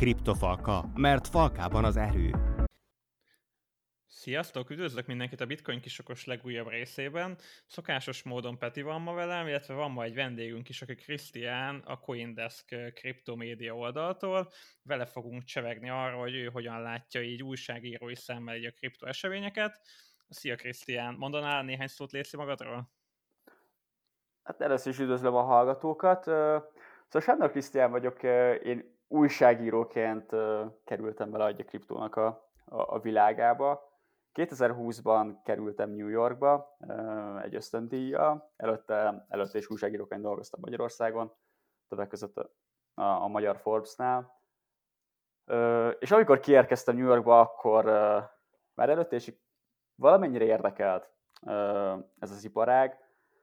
Kriptofalka, mert falkában az erő. Sziasztok! Üdvözlök mindenkit a Bitcoin Kisokos legújabb részében. Szokásos módon Peti van ma velem, illetve van ma egy vendégünk is, aki Krisztián, a CoinDesk kriptomédia oldaltól. Vele fogunk csevegni arról, hogy ő hogyan látja így újságírói szemmel így a kripto eseményeket. Szia Krisztián! Mondanál néhány szót Léci magadról? Hát először is üdvözlöm a hallgatókat. Szóval Sándor Krisztián vagyok, én újságíróként kerültem bele a kriptónak a világába. 2020-ban kerültem New Yorkba egy ösztöndíjjal, előtte is újságíróként dolgoztam Magyarországon, többek között a magyar Forbes-nál. És amikor kiérkeztem New Yorkba, akkor már előtte is valamennyire érdekelt ez az iparág.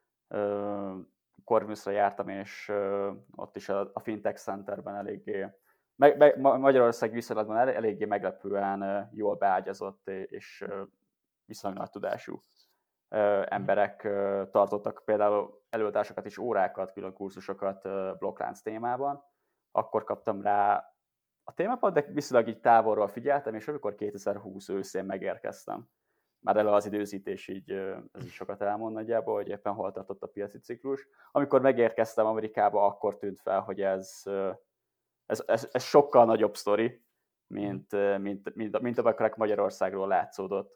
Corvinusra jártam, és ott is a Fintech Centerben eléggé, Magyarország viszonylatban eléggé meglepően jól beágyazott, és viszonylag nagy tudású emberek tartottak például előadásokat és órákat, külön kurzusokat blokklánc témában. Akkor kaptam rá a témában, de viszonylag így távolról figyeltem, és amikor 2020 őszén megérkeztem, már elő az időzítés, így ez is sokat elmond nagyjából, hogy éppen hol tartott a piaci ciklus. Amikor megérkeztem Amerikába, akkor tűnt fel, hogy ez sokkal nagyobb sztori, mint amikor Magyarországról látszódott.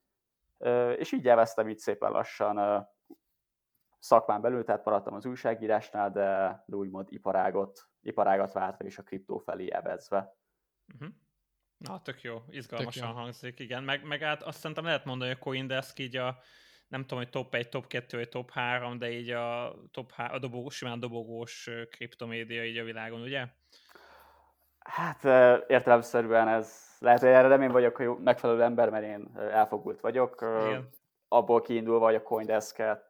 És így elvesztem így szépen lassan szakmán belül, tehát maradtam az újságírásnál, de úgymond iparágat váltva és a kriptó felé evezve. Uh-huh. Na, tök jó, izgalmasan hangzik, igen. Meg hát azt szerintem lehet mondani, hogy a CoinDesk így nem tudom, hogy top 1, top 2 vagy top 3, de így a simán dobogós kriptomédia így a világon, ugye? Hát értelemszerűen ez lehet, hogy erre nem én vagyok a megfelelő ember, mert én elfogult vagyok. Igen. Abból kiindulva, hogy a CoinDesk-et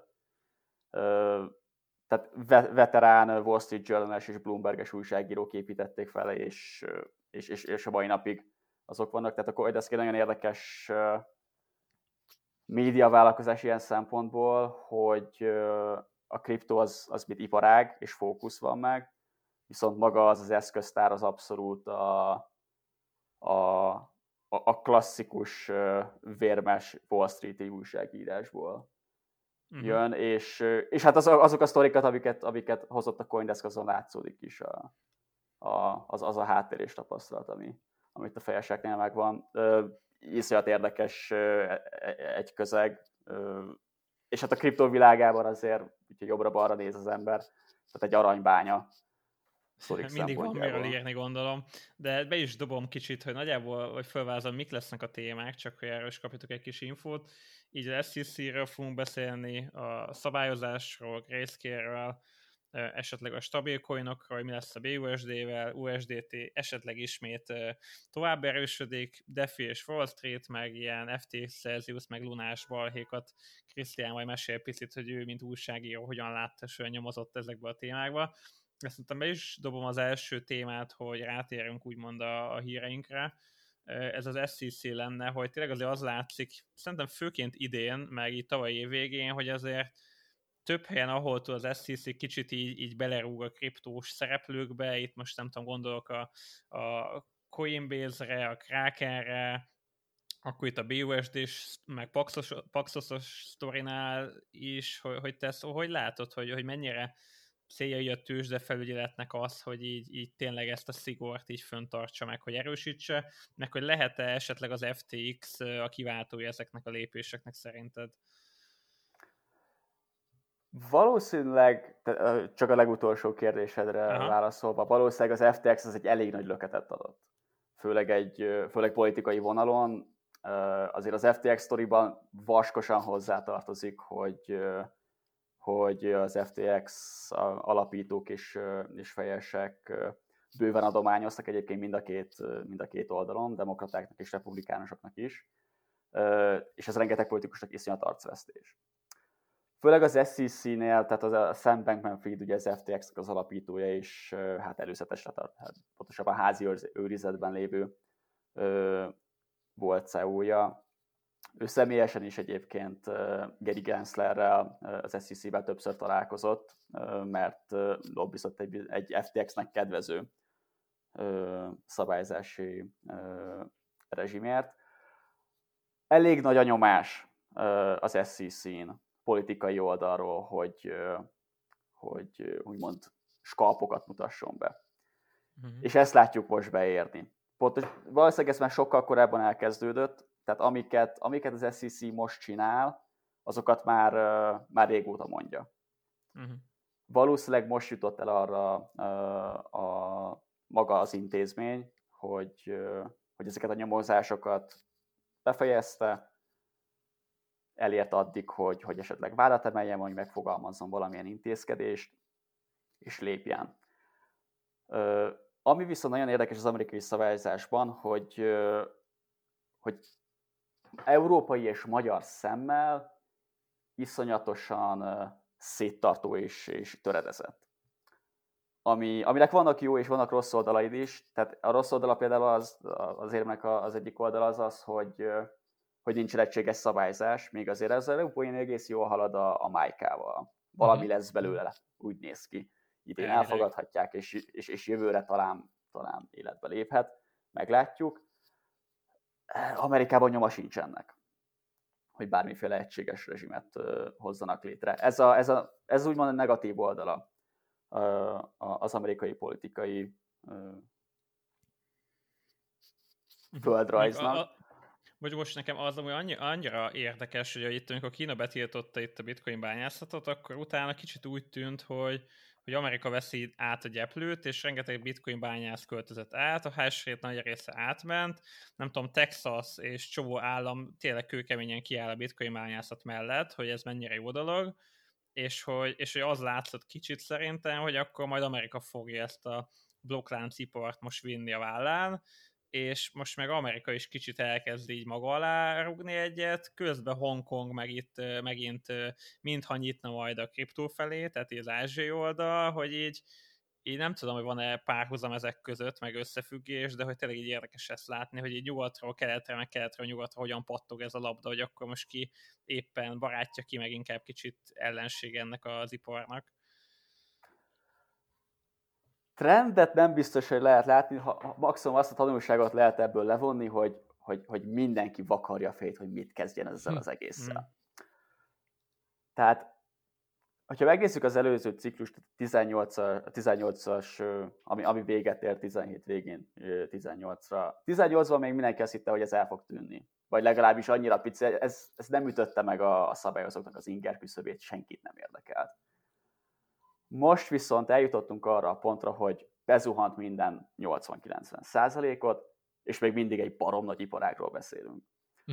tehát veterán Wall Street Journal-es és Bloomberg-es újságírók építették fel, és a mai napig azok vannak. Tehát a CoinDesk egy nagyon érdekes médiavállalkozás ilyen szempontból, hogy a kriptó az mint iparág, és fókusz van meg, viszont maga az eszköztár az abszolút a klasszikus vérmes Wall Street-i újságírásból jön, és hát azok a sztorikat, amiket hozott a CoinDesk, azon látszódik is az a háttér és tapasztalat, amit a fejeseknél megvan. Iszonyat érdekes egy közeg, és hát a kriptó világában azért, úgyhogy jobbra-balra néz az ember, tehát egy aranybánya. Mindig van miről írni, gondolom, de be is dobom kicsit, hogy nagyjából, vagy felvázolom, mik lesznek a témák, csak hogy erről is kapjatok egy kis infót. Így az SEC-ről fogunk beszélni, a szabályozásról, Grayscale-ről, esetleg a stabil coinokról, hogy mi lesz a BUSD-vel, USDT esetleg ismét tovább erősödik, DeFi és Wall Street, meg ilyen FTX, Celsius, meg Lunás balhékat. Krisztián majd mesél picit, hogy ő, mint újságíró, hogyan látta, és olyan nyomozott ezekbe a témákba. Ezt mondtam, be is dobom az első témát, hogy rátérünk úgymond a híreinkre. Ez az SEC lenne, hogy tényleg azért az látszik, szerintem főként idén, meg itt tavaly év végén, hogy azért több helyen, ahol tud az SEC kicsit így belerúg a kriptós szereplőkbe, itt most nem tudom, gondolok a Coinbase-re, a Krakenre, akkor itt a BUSD-s, meg Paxos-os sztorinál is, hogy te hogy látod, hogy mennyire céljai a tőzsdefelügyeletnek az, hogy így tényleg ezt a szigort így föntartsa meg, hogy erősítse, meg hogy lehet-e esetleg az FTX a kiváltója ezeknek a lépéseknek szerinted? Valószínűleg, csak a legutolsó kérdésedre válaszolva, valószínűleg az FTX az egy elég nagy löketet adott. Főleg politikai vonalon. Azért az FTX sztoriban vaskosan hozzátartozik, hogy az FTX alapítók és fejesek bőven adományoztak egyébként mind a két oldalon, demokratáknak és republikánusoknak is, és ez rengeteg politikusnak iszonyat arcvesztés. Főleg az SEC-nél, tehát a Sam Bankman-Fried, ugye az FTX-nek az alapítója, és hát előzetesre pontosabban házi őrizetben lévő volt CEO-ja. Ő személyesen is egyébként Gary Genslerrel az SEC-vel többször találkozott, mert lobbizott egy FTX-nek kedvező szabályzási rezsimért. Elég nagy a nyomás az SEC-n politikai oldalról, hogy úgymond skalpokat mutasson be. És ezt látjuk most beérni. Valószínűleg ez már sokkal korábban elkezdődött, tehát amiket az SEC most csinál, azokat már régóta mondja. Valószínűleg most jutott el arra maga az intézmény, hogy ezeket a nyomozásokat befejezte, elért addig, hogy esetleg vádat emeljen, vagy megfogalmazzon valamilyen intézkedést, és lépjen. Ami viszont nagyon érdekes az amerikai szabályozásban, hogy európai és magyar szemmel iszonyatosan széttartó és töredezett. Aminek vannak jó és vannak rossz oldalaid is. Tehát a rossz oldala például az éremnek az egyik oldala az, hogy nincs egységes szabályzás, még azért ez az európai egész jól halad a májkával. Valami lesz belőle, úgy néz ki. Idén elfogadhatják, és jövőre talán életbe léphet. Meglátjuk. Amerikában nyoma sincs ennek, hogy bármiféle egységes rezsimet hozzanak létre. Ez úgymond a negatív oldala az amerikai politikai földrajznak. Most nekem az, ami annyira érdekes, hogy itt, amikor Kína betiltotta itt a bitcoin bányászatot, akkor utána kicsit úgy tűnt, hogy Amerika veszi át a gyeplőt, és rengeteg bitcoin bányász költözött át, a hash rate nagy része átment, nem tudom, Texas és csomó állam tényleg kőkeményen kiáll a bitcoin bányászat mellett, hogy ez mennyire jó dolog, és hogy az látszott kicsit szerintem, hogy akkor majd Amerika fogja ezt a blokkláncipart most vinni a vállán, és most meg Amerika is kicsit elkezd így maga alá rúgni egyet, közben Hongkong meg itt megint mintha nyitna majd a kriptó felé, tehát az ázsiai oldal, hogy így nem tudom, hogy van-e párhuzam ezek között, meg összefüggés, de hogy tényleg így érdekes ezt látni, hogy így nyugatról keletre, meg keletről nyugatra hogyan pattog ez a labda, hogy akkor most ki éppen barátja ki, meg inkább kicsit ellenség ennek az iparnak. Trendet nem biztos, hogy lehet látni, maximum azt a tanulságot lehet ebből levonni, hogy mindenki vakarja a fejét, hogy mit kezdjen ezzel az egésszel. Tehát, hogyha megnézzük az előző ciklust, 18-as, ami véget ér 17 végén 18-ra. 18-ban még mindenki azt hitte, hogy ez el fog tűnni. Vagy legalábbis annyira pici, ez nem ütötte meg a szabályozóknak az inger küszöbét, senkit nem érdekelt. Most viszont eljutottunk arra a pontra, hogy bezuhant minden 80-90%-ot, és még mindig egy barom nagy iparágról beszélünk.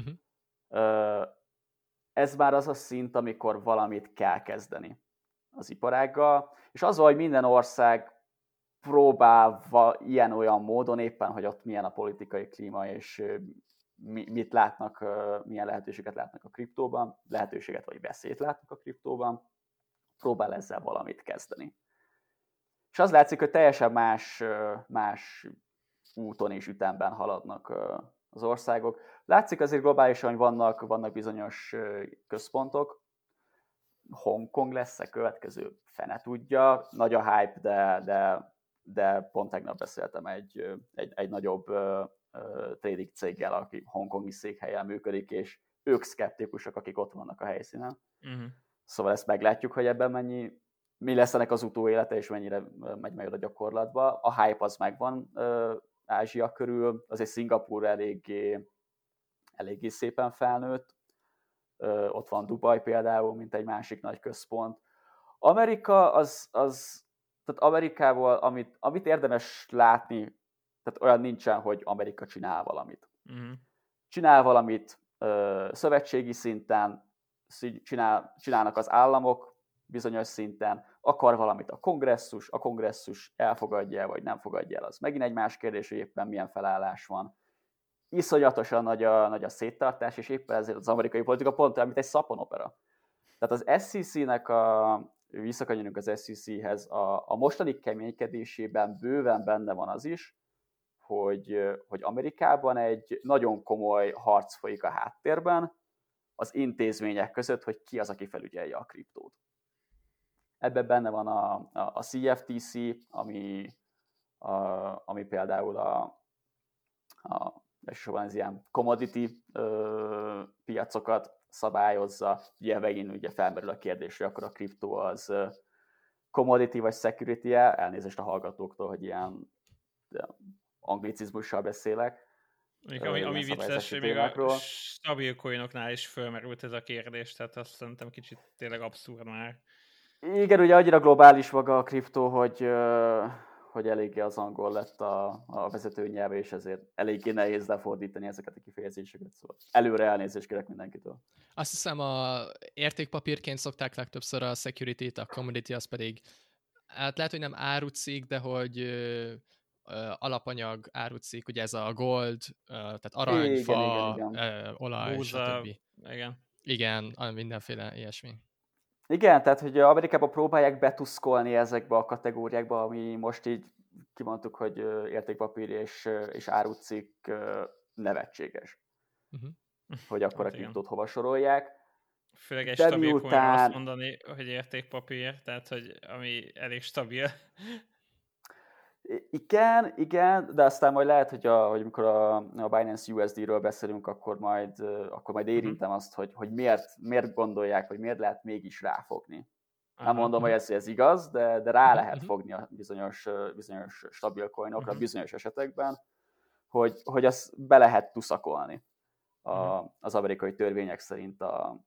Ez már az a szint, amikor valamit kell kezdeni az iparággal, és az, hogy minden ország próbál ilyen-olyan módon, éppen, hogy ott milyen a politikai klíma, és mit látnak, milyen lehetőséget látnak a kriptóban, lehetőséget vagy veszélyt látnak a kriptóban, próbál ezzel valamit kezdeni. És az látszik, hogy teljesen más úton és ütemben haladnak az országok. Látszik azért globálisan, hogy vannak bizonyos központok. Hongkong lesz a következő, fene tudja. Nagy a hype, de pont tegnap beszéltem egy nagyobb trading céggel, aki hongkongi székhelyen működik, és ők szkeptikusok, akik ott vannak a helyszínen. Szóval ezt meglátjuk, hogy ebben mi lesz ennek az utóélete, és mennyire megy meg a gyakorlatba. A hype az megvan Ázsia körül, azért Szingapúr eléggé szépen felnőtt. Ott van Dubaj például, mint egy másik nagy központ. Amerika tehát Amerikával, amit érdemes látni, tehát olyan nincsen, hogy Amerika csinál valamit. Csinál valamit szövetségi szinten, csinálnak az államok bizonyos szinten, akar valamit a kongresszus elfogadja vagy nem fogadja el, az megint egy más kérdés, hogy éppen milyen felállás van. Iszonyatosan nagy a széttartás, és éppen ezért az amerikai politika pont olyan, mint egy szappanopera. Tehát az SEC-nek visszakanyarodjunk az SEC-hez, a mostani keménykedésében bőven benne van az is, hogy Amerikában egy nagyon komoly harc folyik a háttérben az intézmények között, hogy ki az, aki felügyelje a kriptót. Ebben benne van a CFTC, ami ami például elsősorban az ilyen commodity piacokat szabályozza. Ugye felmerül a kérdés, hogy akkor a kriptó az commodity vagy security-e, elnézést a hallgatóktól, hogy ilyen anglicizmussal beszélek. Ami vicces, hogy még a stabil coinoknál is fölmerült ez a kérdés, tehát azt szerintem kicsit tényleg abszurd már. Igen, ugye annyira globális maga a kriptó, hogy eléggé az angol lett a vezető nyelve, és ezért eléggé nehéz lefordítani ezeket a kifejezéseket. Szóval előre elnézést kérek mindenkitől. Azt hiszem, a értékpapírként szokták legtöbbször a security-t, a commodity az pedig, hát lehet, hogy nem árucikk, de hogy alapanyag árucikk, ugye ez a gold, tehát aranyfa, igen. Olaj, stb. Igen, mindenféle ilyesmi. Igen, tehát hogy Amerikában próbálják betuszkolni ezekbe a kategóriákba, ami most így kimondtuk, hogy értékpapír és árucikk nevetséges. Uh-huh. Hogy akkor a kriptót hova sorolják. Főleg egy stabil coinra azt mondani, hogy értékpapír, tehát hogy ami elég stabil. Igen, de aztán majd lehet, hogy amikor a Binance USD-ről beszélünk, akkor majd érintem azt, hogy miért gondolják, vagy miért lehet mégis ráfogni. Nem mondom, hogy ez igaz, de rá lehet fogni a bizonyos stabil coinokra, bizonyos esetekben, hogy azt be lehet tuszakolni az amerikai törvények szerint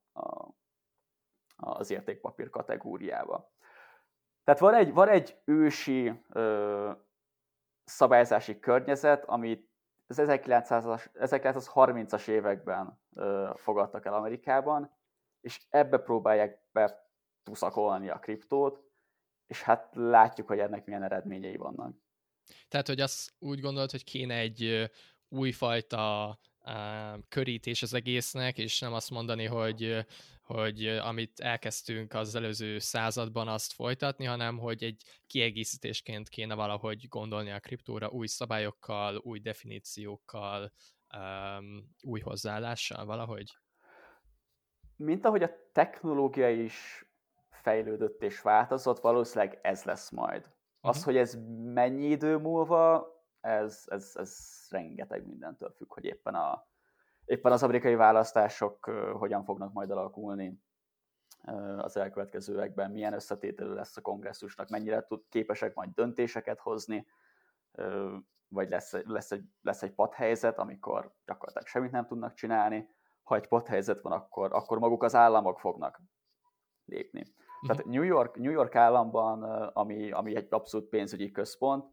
az értékpapír kategóriába. Tehát van egy ősi szabályozási környezet, amit az 1930-as években fogadtak el Amerikában, és ebbe próbálják betuszakolni a kriptót, és hát látjuk, hogy ennek milyen eredményei vannak. Tehát, hogy azt úgy gondolod, hogy kéne egy újfajta körítés az egésznek, és nem azt mondani, hogy amit elkezdtünk az előző században, azt folytatni, hanem hogy egy kiegészítésként kéne valahogy gondolni a kriptóra új szabályokkal, új definíciókkal, új hozzáállással valahogy. Mint ahogy a technológia is fejlődött és változott, valószínűleg ez lesz majd. Az, hogy ez mennyi idő múlva, ez rengeteg mindentől függ, hogy éppen az amerikai választások hogyan fognak majd alakulni az elkövetkezőekben, milyen összetételű lesz a kongresszusnak, mennyire képesek majd döntéseket hozni, vagy lesz egy padhelyzet, amikor gyakorlatilag semmit nem tudnak csinálni. Ha egy padhelyzet van, akkor maguk az államok fognak lépni. Tehát New York államban, ami egy abszolút pénzügyi központ,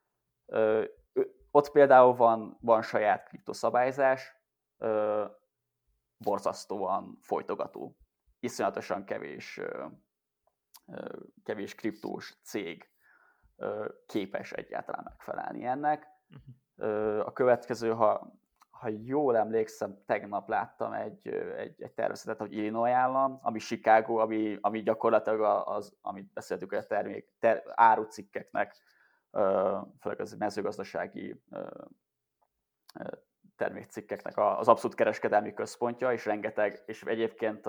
ott például van saját kriptoszabályzás, borzasztóan folytogató. Iszonyatosan kevés kriptós cég képes egyáltalán megfelelni ennek. A következő, ha jól emlékszem, tegnap láttam egy tervezetet, hogy Illinois állam, ami Chicago, ami gyakorlatilag amit beszéltük, hogy a árucikkeknek, főleg az mezőgazdasági termékcikkeknek az abszolút kereskedelmi központja, és egyébként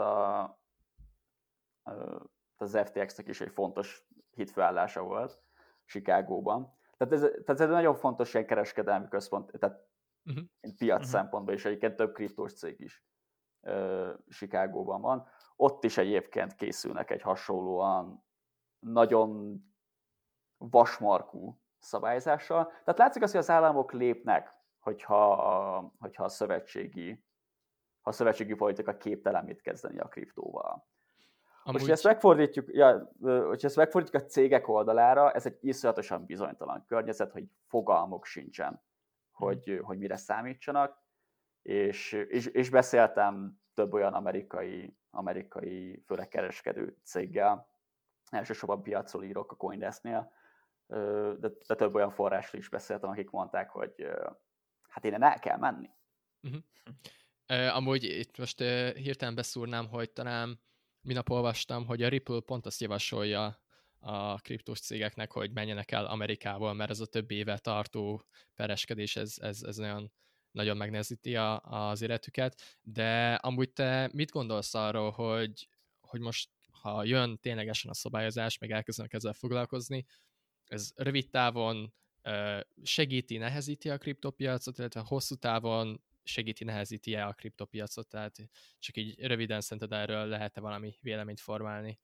az FTX-nek is egy fontos hitfőállása volt Chicagóban. Tehát ez egy nagyon fontos ilyen kereskedelmi központ, tehát piac szempontból is egyébként több kriptós cég is Chicagóban van. Ott is egyébként készülnek egy hasonlóan nagyon vasmarkú szabályzással. Tehát látszik azt, hogy az államok lépnek, hogyha a szövetségi politika képtelen mit kezdeni a kriptóval. Most, hogy ezt megfordítjuk a cégek oldalára, ez egy iszonyatosan bizonytalan környezet, hogy fogalmuk sincsen, hogy mire számítsanak, és beszéltem több olyan amerikai főleg kereskedő céggel, elsősorban piacról írok a CoinDesk-nél, de több olyan forrásról is beszéltem, akik mondták, hogy hát innen el kell menni. Amúgy itt most hirtelen beszúrnám, hogy talán minap olvastam, hogy a Ripple pont azt javasolja a kriptós cégeknek, hogy menjenek el Amerikából, mert ez a több éve tartó pereskedés, ez nagyon megnehezíti az életüket. De amúgy te mit gondolsz arról, hogy most, ha jön ténylegesen a szabályozás, meg elkezdenek ezzel foglalkozni, ez rövid távon segíti, nehezíti a kriptopiacot, illetve hosszú távon segíti, nehezíti a kriptopiacot, tehát csak így röviden szerinted erről lehet-e valami véleményt formálni?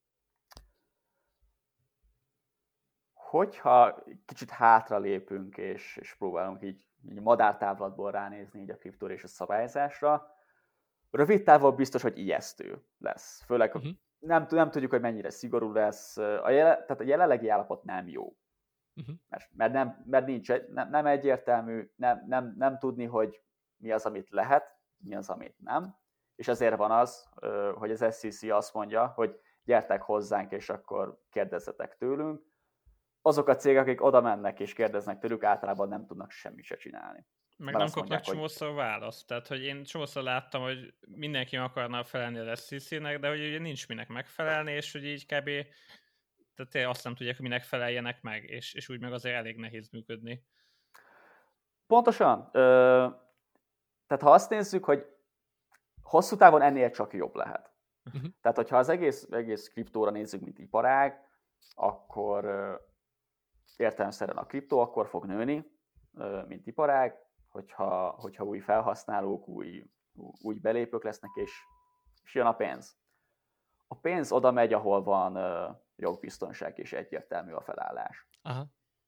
Hogyha kicsit hátra lépünk, és próbálunk így madártávlatból ránézni így a kriptóra és a szabályzásra, rövid távon biztos, hogy ijesztő lesz. Főleg nem tudjuk, hogy mennyire szigorú lesz. Tehát a jelenlegi állapot nem jó. Mert nincs, nem egyértelmű, nem tudni, hogy mi az, amit lehet, mi az, amit nem. És ezért van az, hogy az SEC azt mondja, hogy gyertek hozzánk, és akkor kérdezzetek tőlünk. Azok a cégek, akik oda mennek és kérdeznek tőlük, általában nem tudnak semmit se csinálni. Meg nem kapnak csomószor választ. Tehát, hogy én csomószor láttam, hogy mindenki akarna felelni az SEC-nek, de hogy ugye nincs minek megfelelni, és hogy így kb. Tehát azt nem tudják, hogy minek feleljenek meg, és úgy meg azért elég nehéz működni. Pontosan. Tehát ha azt nézzük, hogy hosszú távon ennél csak jobb lehet. Tehát, hogyha az egész kriptóra nézzük, mint iparág, akkor értelemszerűen a kriptó akkor fog nőni, mint iparág, hogyha új felhasználók, új belépők lesznek, és jön a pénz. A pénz oda megy, ahol van jogbiztonság és egyértelmű a felállás. Aha.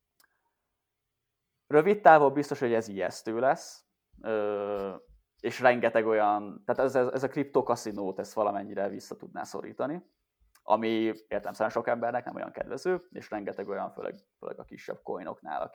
Rövid távon biztos, hogy ez ijesztő lesz, és rengeteg olyan, tehát ez a kriptokaszinót ezt valamennyire vissza tudná szorítani, ami értelemszerűen sok embernek nem olyan kedvező, és rengeteg olyan, főleg a kisebb coinoknál,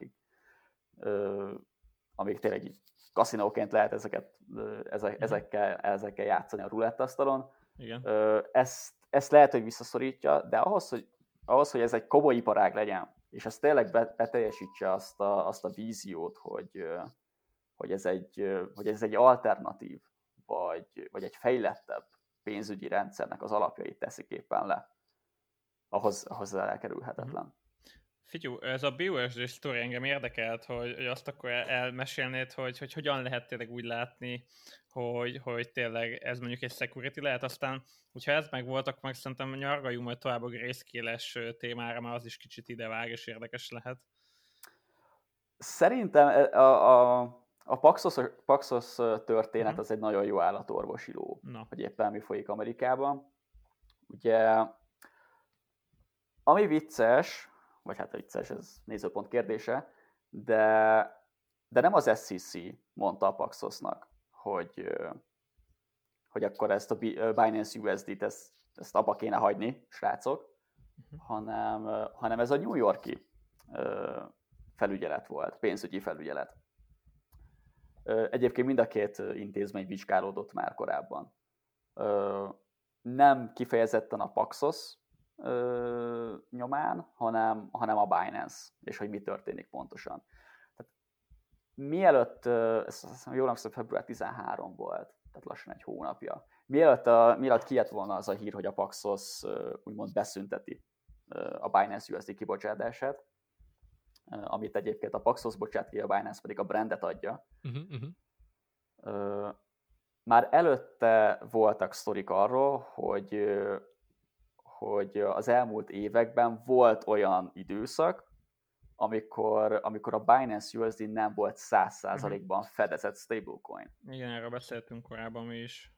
amik tényleg így kaszinóként lehet ezekkel játszani a rulettasztalon. Igen. Ezt lehet, hogy visszaszorítja, de ahhoz, hogy ez egy komoly iparág legyen, és ez tényleg beteljesítse azt a víziót, hogy ez egy alternatív, vagy egy fejlettebb pénzügyi rendszernek az alapjait teszik éppen le, ahhoz elkerülhetetlen. Figyelj, ez a BUSD sztori engem érdekelt, hogy azt akkor elmesélnéd, hogy hogyan lehet tényleg úgy látni, hogy tényleg ez mondjuk egy security lehet, aztán, hogyha ez meg volt, akkor meg szerintem nyargaljunk majd tovább a grayscale-es témára, mert az is kicsit idevág és érdekes lehet. Szerintem a Paxos történet az egy nagyon jó állatorvosi ló, hogy éppen mi folyik Amerikában. Ugye, ami vicces, vagy hát vicces, ez nézőpont kérdése, de nem az SEC mondta a Paxosnak, hogy akkor ezt a Binance USD-t ezt abba kéne hagyni, srácok, hanem ez a New York-i felügyelet volt, pénzügyi felügyelet. Egyébként mind a két intézmény vizsgálódott már korábban. Nem kifejezetten a Paxos nyomán, hanem a Binance, és hogy mi történik pontosan. Tehát, mielőtt, jól emlékszem, február 13 volt, tehát lassan egy hónapja. Mielőtt kijött volna az a hír, hogy a Paxos úgymond beszünteti a Binance USD kibocsátását, amit egyébként a Paxos bocsát ki, a Binance pedig a brandet adja. Már előtte voltak sztorik arról, hogy az elmúlt években volt olyan időszak, amikor a Binance USD nem volt 100%-ban fedezett stablecoin. Igen, erről beszéltünk korábban mi is.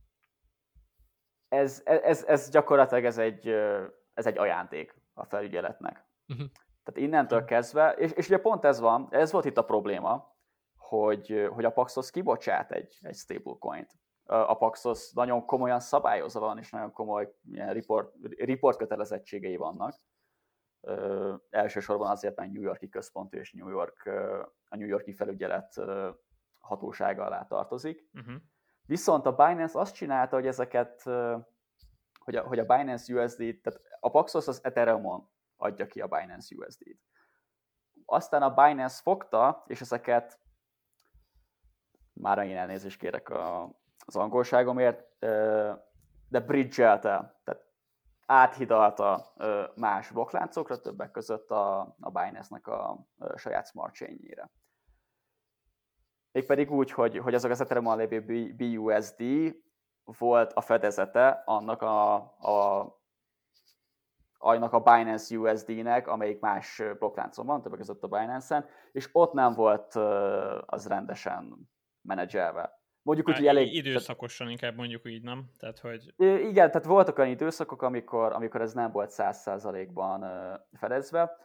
Ez gyakorlatilag ez egy ajándék a felügyeletnek. Tehát innentől kezdve, és ugye pont ez volt itt a probléma, hogy a Paxos kibocsát egy stablecoint. A Paxos nagyon komolyan szabályozva van, és nagyon komoly report kötelezettségei vannak. Elsősorban azért, mert New York-i központú és a New York-i felügyelet hatósága alá tartozik. Viszont a Binance azt csinálta, hogy ezeket, hogy a Binance USD-t, tehát a Paxos az Ethereumon adja ki a Binance USD-t. Aztán a Binance fogta, és ezeket, már én elnézést kérek az angolságomért, de bridge-elte, tehát áthidalta más blokkláncokra, többek között a Binance-nek a saját smart chain-jére. Mégpedig úgy, hogy azok az Ethereum-on lévő BUSD volt a fedezete annak a Binance USD-nek, amelyik más blokkláncon van, többek között a Binance-en, és ott nem volt az rendesen menedzselve. Mondjuk úgy, hogy elég... Időszakosan inkább mondjuk így, nem? Tehát, hogy... Igen, tehát voltak olyan időszakok, amikor ez nem volt 100%-ban fedezve,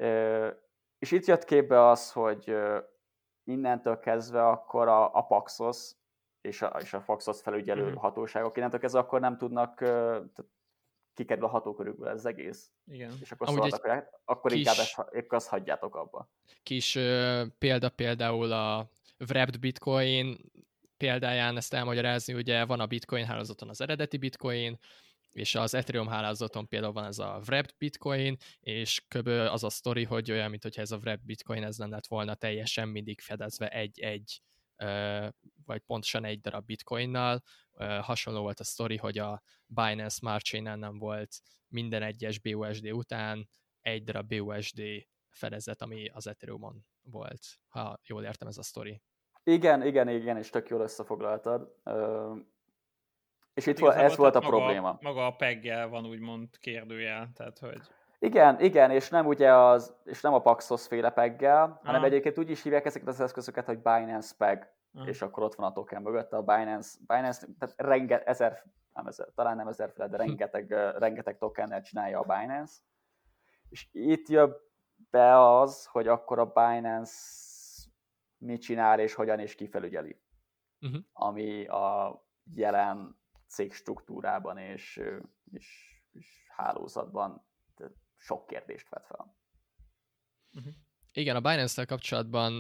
és itt jött képbe az, hogy innentől kezdve akkor a Paxos és a Paxos felügyelő hatóságok innentől kezdve akkor nem tudnak, kikerül a hatókörükből ez az egész. Igen. És akkor szóltak, akkor inkább azt hagyjátok abba. Kis például a Wrapped Bitcoin példáján ezt elmagyarázni, ugye van a Bitcoin hálózaton az eredeti Bitcoin, és az Ethereum hálózaton például van ez a Wrapped Bitcoin, és kb. Az a sztori, hogy olyan, mint hogyha ez a Wrapped Bitcoin ez nem lett volna teljesen mindig fedezve egy vagy pontosan egy darab Bitcoinnal. Hasonló volt a sztori, hogy a Binance Smart Chain-en nem volt minden egyes BUSD után egy darab BUSD fedezet, ami az Ethereumon volt, ha jól értem ez a sztori. Igen, és tök jól összefoglaltad. És itt ez volt a probléma. Maga a PEG-gel van úgymond kérdőjel, tehát hogy... Igen, és nem ugye és nem a Paxos féle PEG-gel, hanem egyébként úgy is hívják ezeket az eszközöket, hogy Binance PEG, és akkor ott van a token mögötte, a Binance tehát talán nem ezerféle, de rengeteg tokennel csinálja a Binance. És itt jön be az, hogy akkor a Binance mit csinál, és hogyan is kifelügyeli. Ami a jelen cég struktúrában és hálózatban sok kérdést vet fel. Igen, a Binance-tel kapcsolatban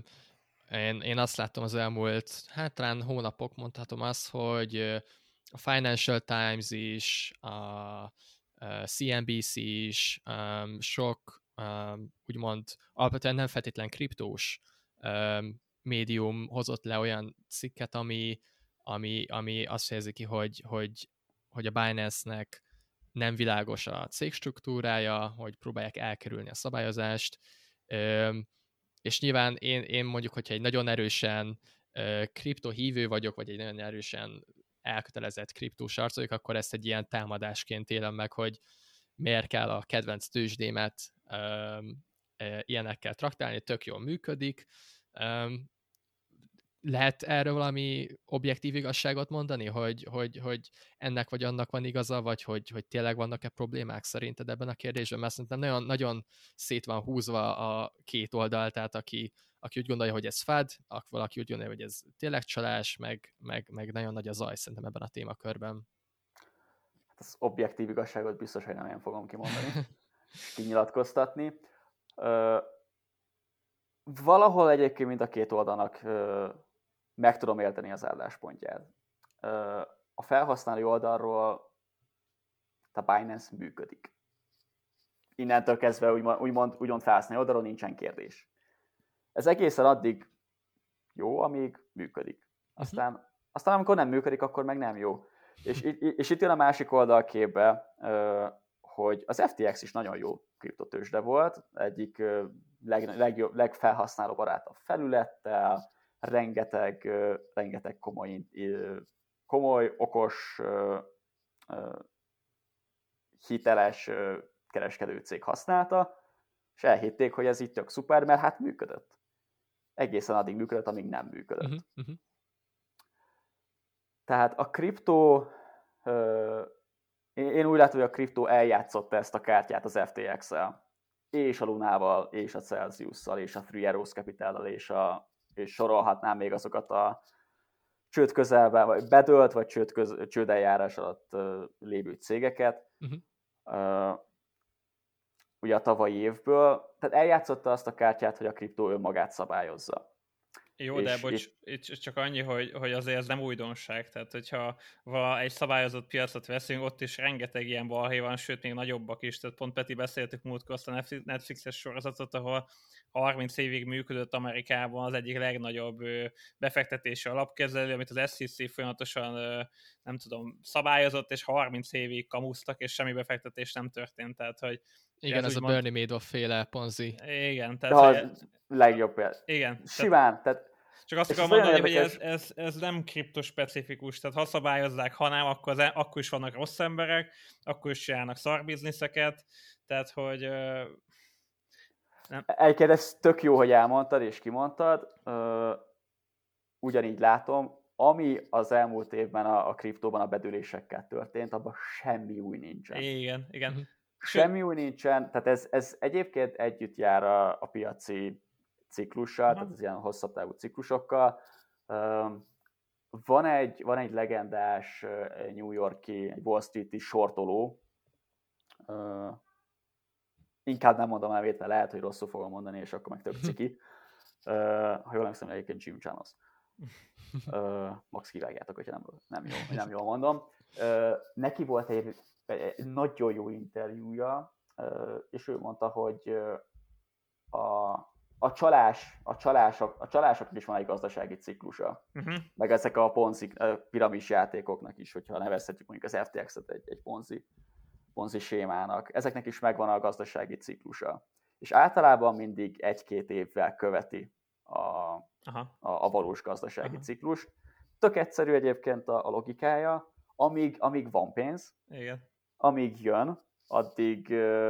én azt láttam az elmúlt, talán hónapok, mondhatom azt, hogy a Financial Times is, a CNBC is, sok úgymond alapvetően nem feltétlen kriptós médium hozott le olyan cikket, ami azt fejezi ki, hogy a Binance-nek nem világos a cég struktúrája, hogy próbálják elkerülni a szabályozást, és nyilván én mondjuk, hogyha egy nagyon erősen kriptohívő vagyok, vagy egy nagyon erősen elkötelezett kriptós arc vagyok, akkor ezt egy ilyen támadásként élem meg, hogy miért kell a kedvenc tőzsdémet ilyenekkel traktálni, tök jól működik. Lehet erről valami objektív igazságot mondani, hogy ennek vagy annak van igaza, vagy hogy tényleg vannak-e problémák szerinted ebben a kérdésben? Mert szerintem nagyon, nagyon szét van húzva a két oldal, tehát aki úgy gondolja, hogy ez fad, valaki úgy gondolja, hogy ez tényleg csalás, meg nagyon nagy a zaj szerintem ebben a témakörben. Az objektív igazságot biztos, hogy nem én fogom kimondani, kinyilatkoztatni. Valahol egyébként mind a két oldalnak meg tudom érteni az álláspontját. A felhasználói oldalról a Binance működik. Innentől kezdve úgymond felhasználói oldalról nincsen kérdés. Ez egészen addig jó, amíg működik. Aztán amikor nem működik, akkor meg nem jó. És itt jön a másik oldal képbe, hogy az FTX is nagyon jó kriptotőzsde volt, egyik legfelhasználóbarátabb felülettel, rengeteg komoly, okos, hiteles kereskedő cég használta, és elhitték, hogy ez így tök szuper, mert hát működött. Egészen addig működött, amíg nem működött. Tehát a kriptó, én úgy látom, hogy a kriptó eljátszotta ezt a kártyát az FTX-el, és a Lunával, és a Celsiusszal, és a Three Arrows Capital-lal, és sorolhatnám még azokat a csőd közelben, vagy bedölt, vagy csődeljárás alatt lévő cégeket, ugye a tavalyi évből. Tehát eljátszotta azt a kártyát, hogy a kriptó önmagát szabályozza. Jó, de bocs, itt csak annyi, hogy azért ez nem újdonság. Tehát, hogyha egy szabályozott piacot veszünk, ott is rengeteg ilyen balhé van, sőt, még nagyobbak is. Tehát pont Peti beszéltük múltkor azt a Netflixes sorozatot, ahol 30 évig működött Amerikában az egyik legnagyobb befektetési alapkezelő, amit az SEC folyamatosan, nem tudom, szabályozott, és 30 évig kamusztak, és semmi befektetés nem történt. Tehát, hogy igen, ez a Bernie Madoff féle Ponzi. Igen. Tehát, de legjobb példa. Igen. Simán, tehát Csak azt akarom mondani, hogy ez nem kriptospecifikus, tehát ha szabályozzák, ha nem, akkor is vannak rossz emberek, akkor is csinálnak szarbizniszeket, tehát hogy... Egyébként ez tök jó, hogy elmondtad és kimondtad, ugyanígy látom, ami az elmúlt évben a kriptóban a bedülésekkel történt, abban semmi új nincsen. Igen. Semmi új nincsen, tehát ez egyébként együtt jár a piaci ciklussal, tehát az ilyen hosszabb távú ciklusokkal. Van egy legendás New York-i, egy Wall Street-i sortoló, inkább nem mondom elvét, mert lehet, hogy rosszul fogom mondani, és akkor meg tök ciki. Ha jól emlékszem, egyébként Jim Chanos. Max kivágjátok, hogyha nem jól mondom. Neki volt egy nagyon jó interjúja, és ő mondta, hogy a csalásoknak is van egy gazdasági ciklusa. Meg ezek a Ponzi piramis játékoknak is, hogyha nevezhetjük mondjuk az FTX-et egy Ponzi sémának. Ezeknek is megvan a gazdasági ciklusa. És általában mindig 1-2 évvel követi a valós gazdasági ciklus. Tök egyszerű egyébként a logikája, amíg van pénz, igen. Amíg jön, addig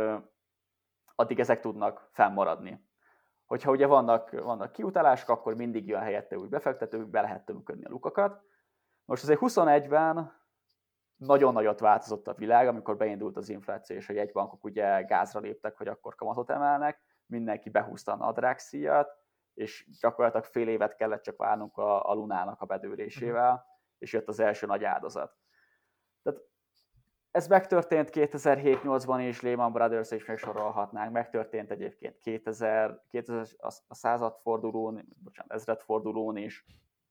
ezek tudnak fennmaradni. Hogyha ugye vannak kiutalások, akkor mindig jön helyette új befektetők, be lehet tömködni a lukakat. Most azért 21-ben nagyon nagyot változott a világ, amikor beindult az infláció, és a jegybankok ugye gázra léptek, hogy akkor kamatot emelnek, mindenki behúzta a nadrágszíjat, és gyakorlatilag fél évet kellett csak várnunk a Lunának a bedőlésével, és jött az első nagy áldozat. Tehát ez megtörtént 2007-8-ban is, Lehman Brothers is még sorolhatnánk, megtörtént egyébként 2000 a századfordulón, ezredfordulón is.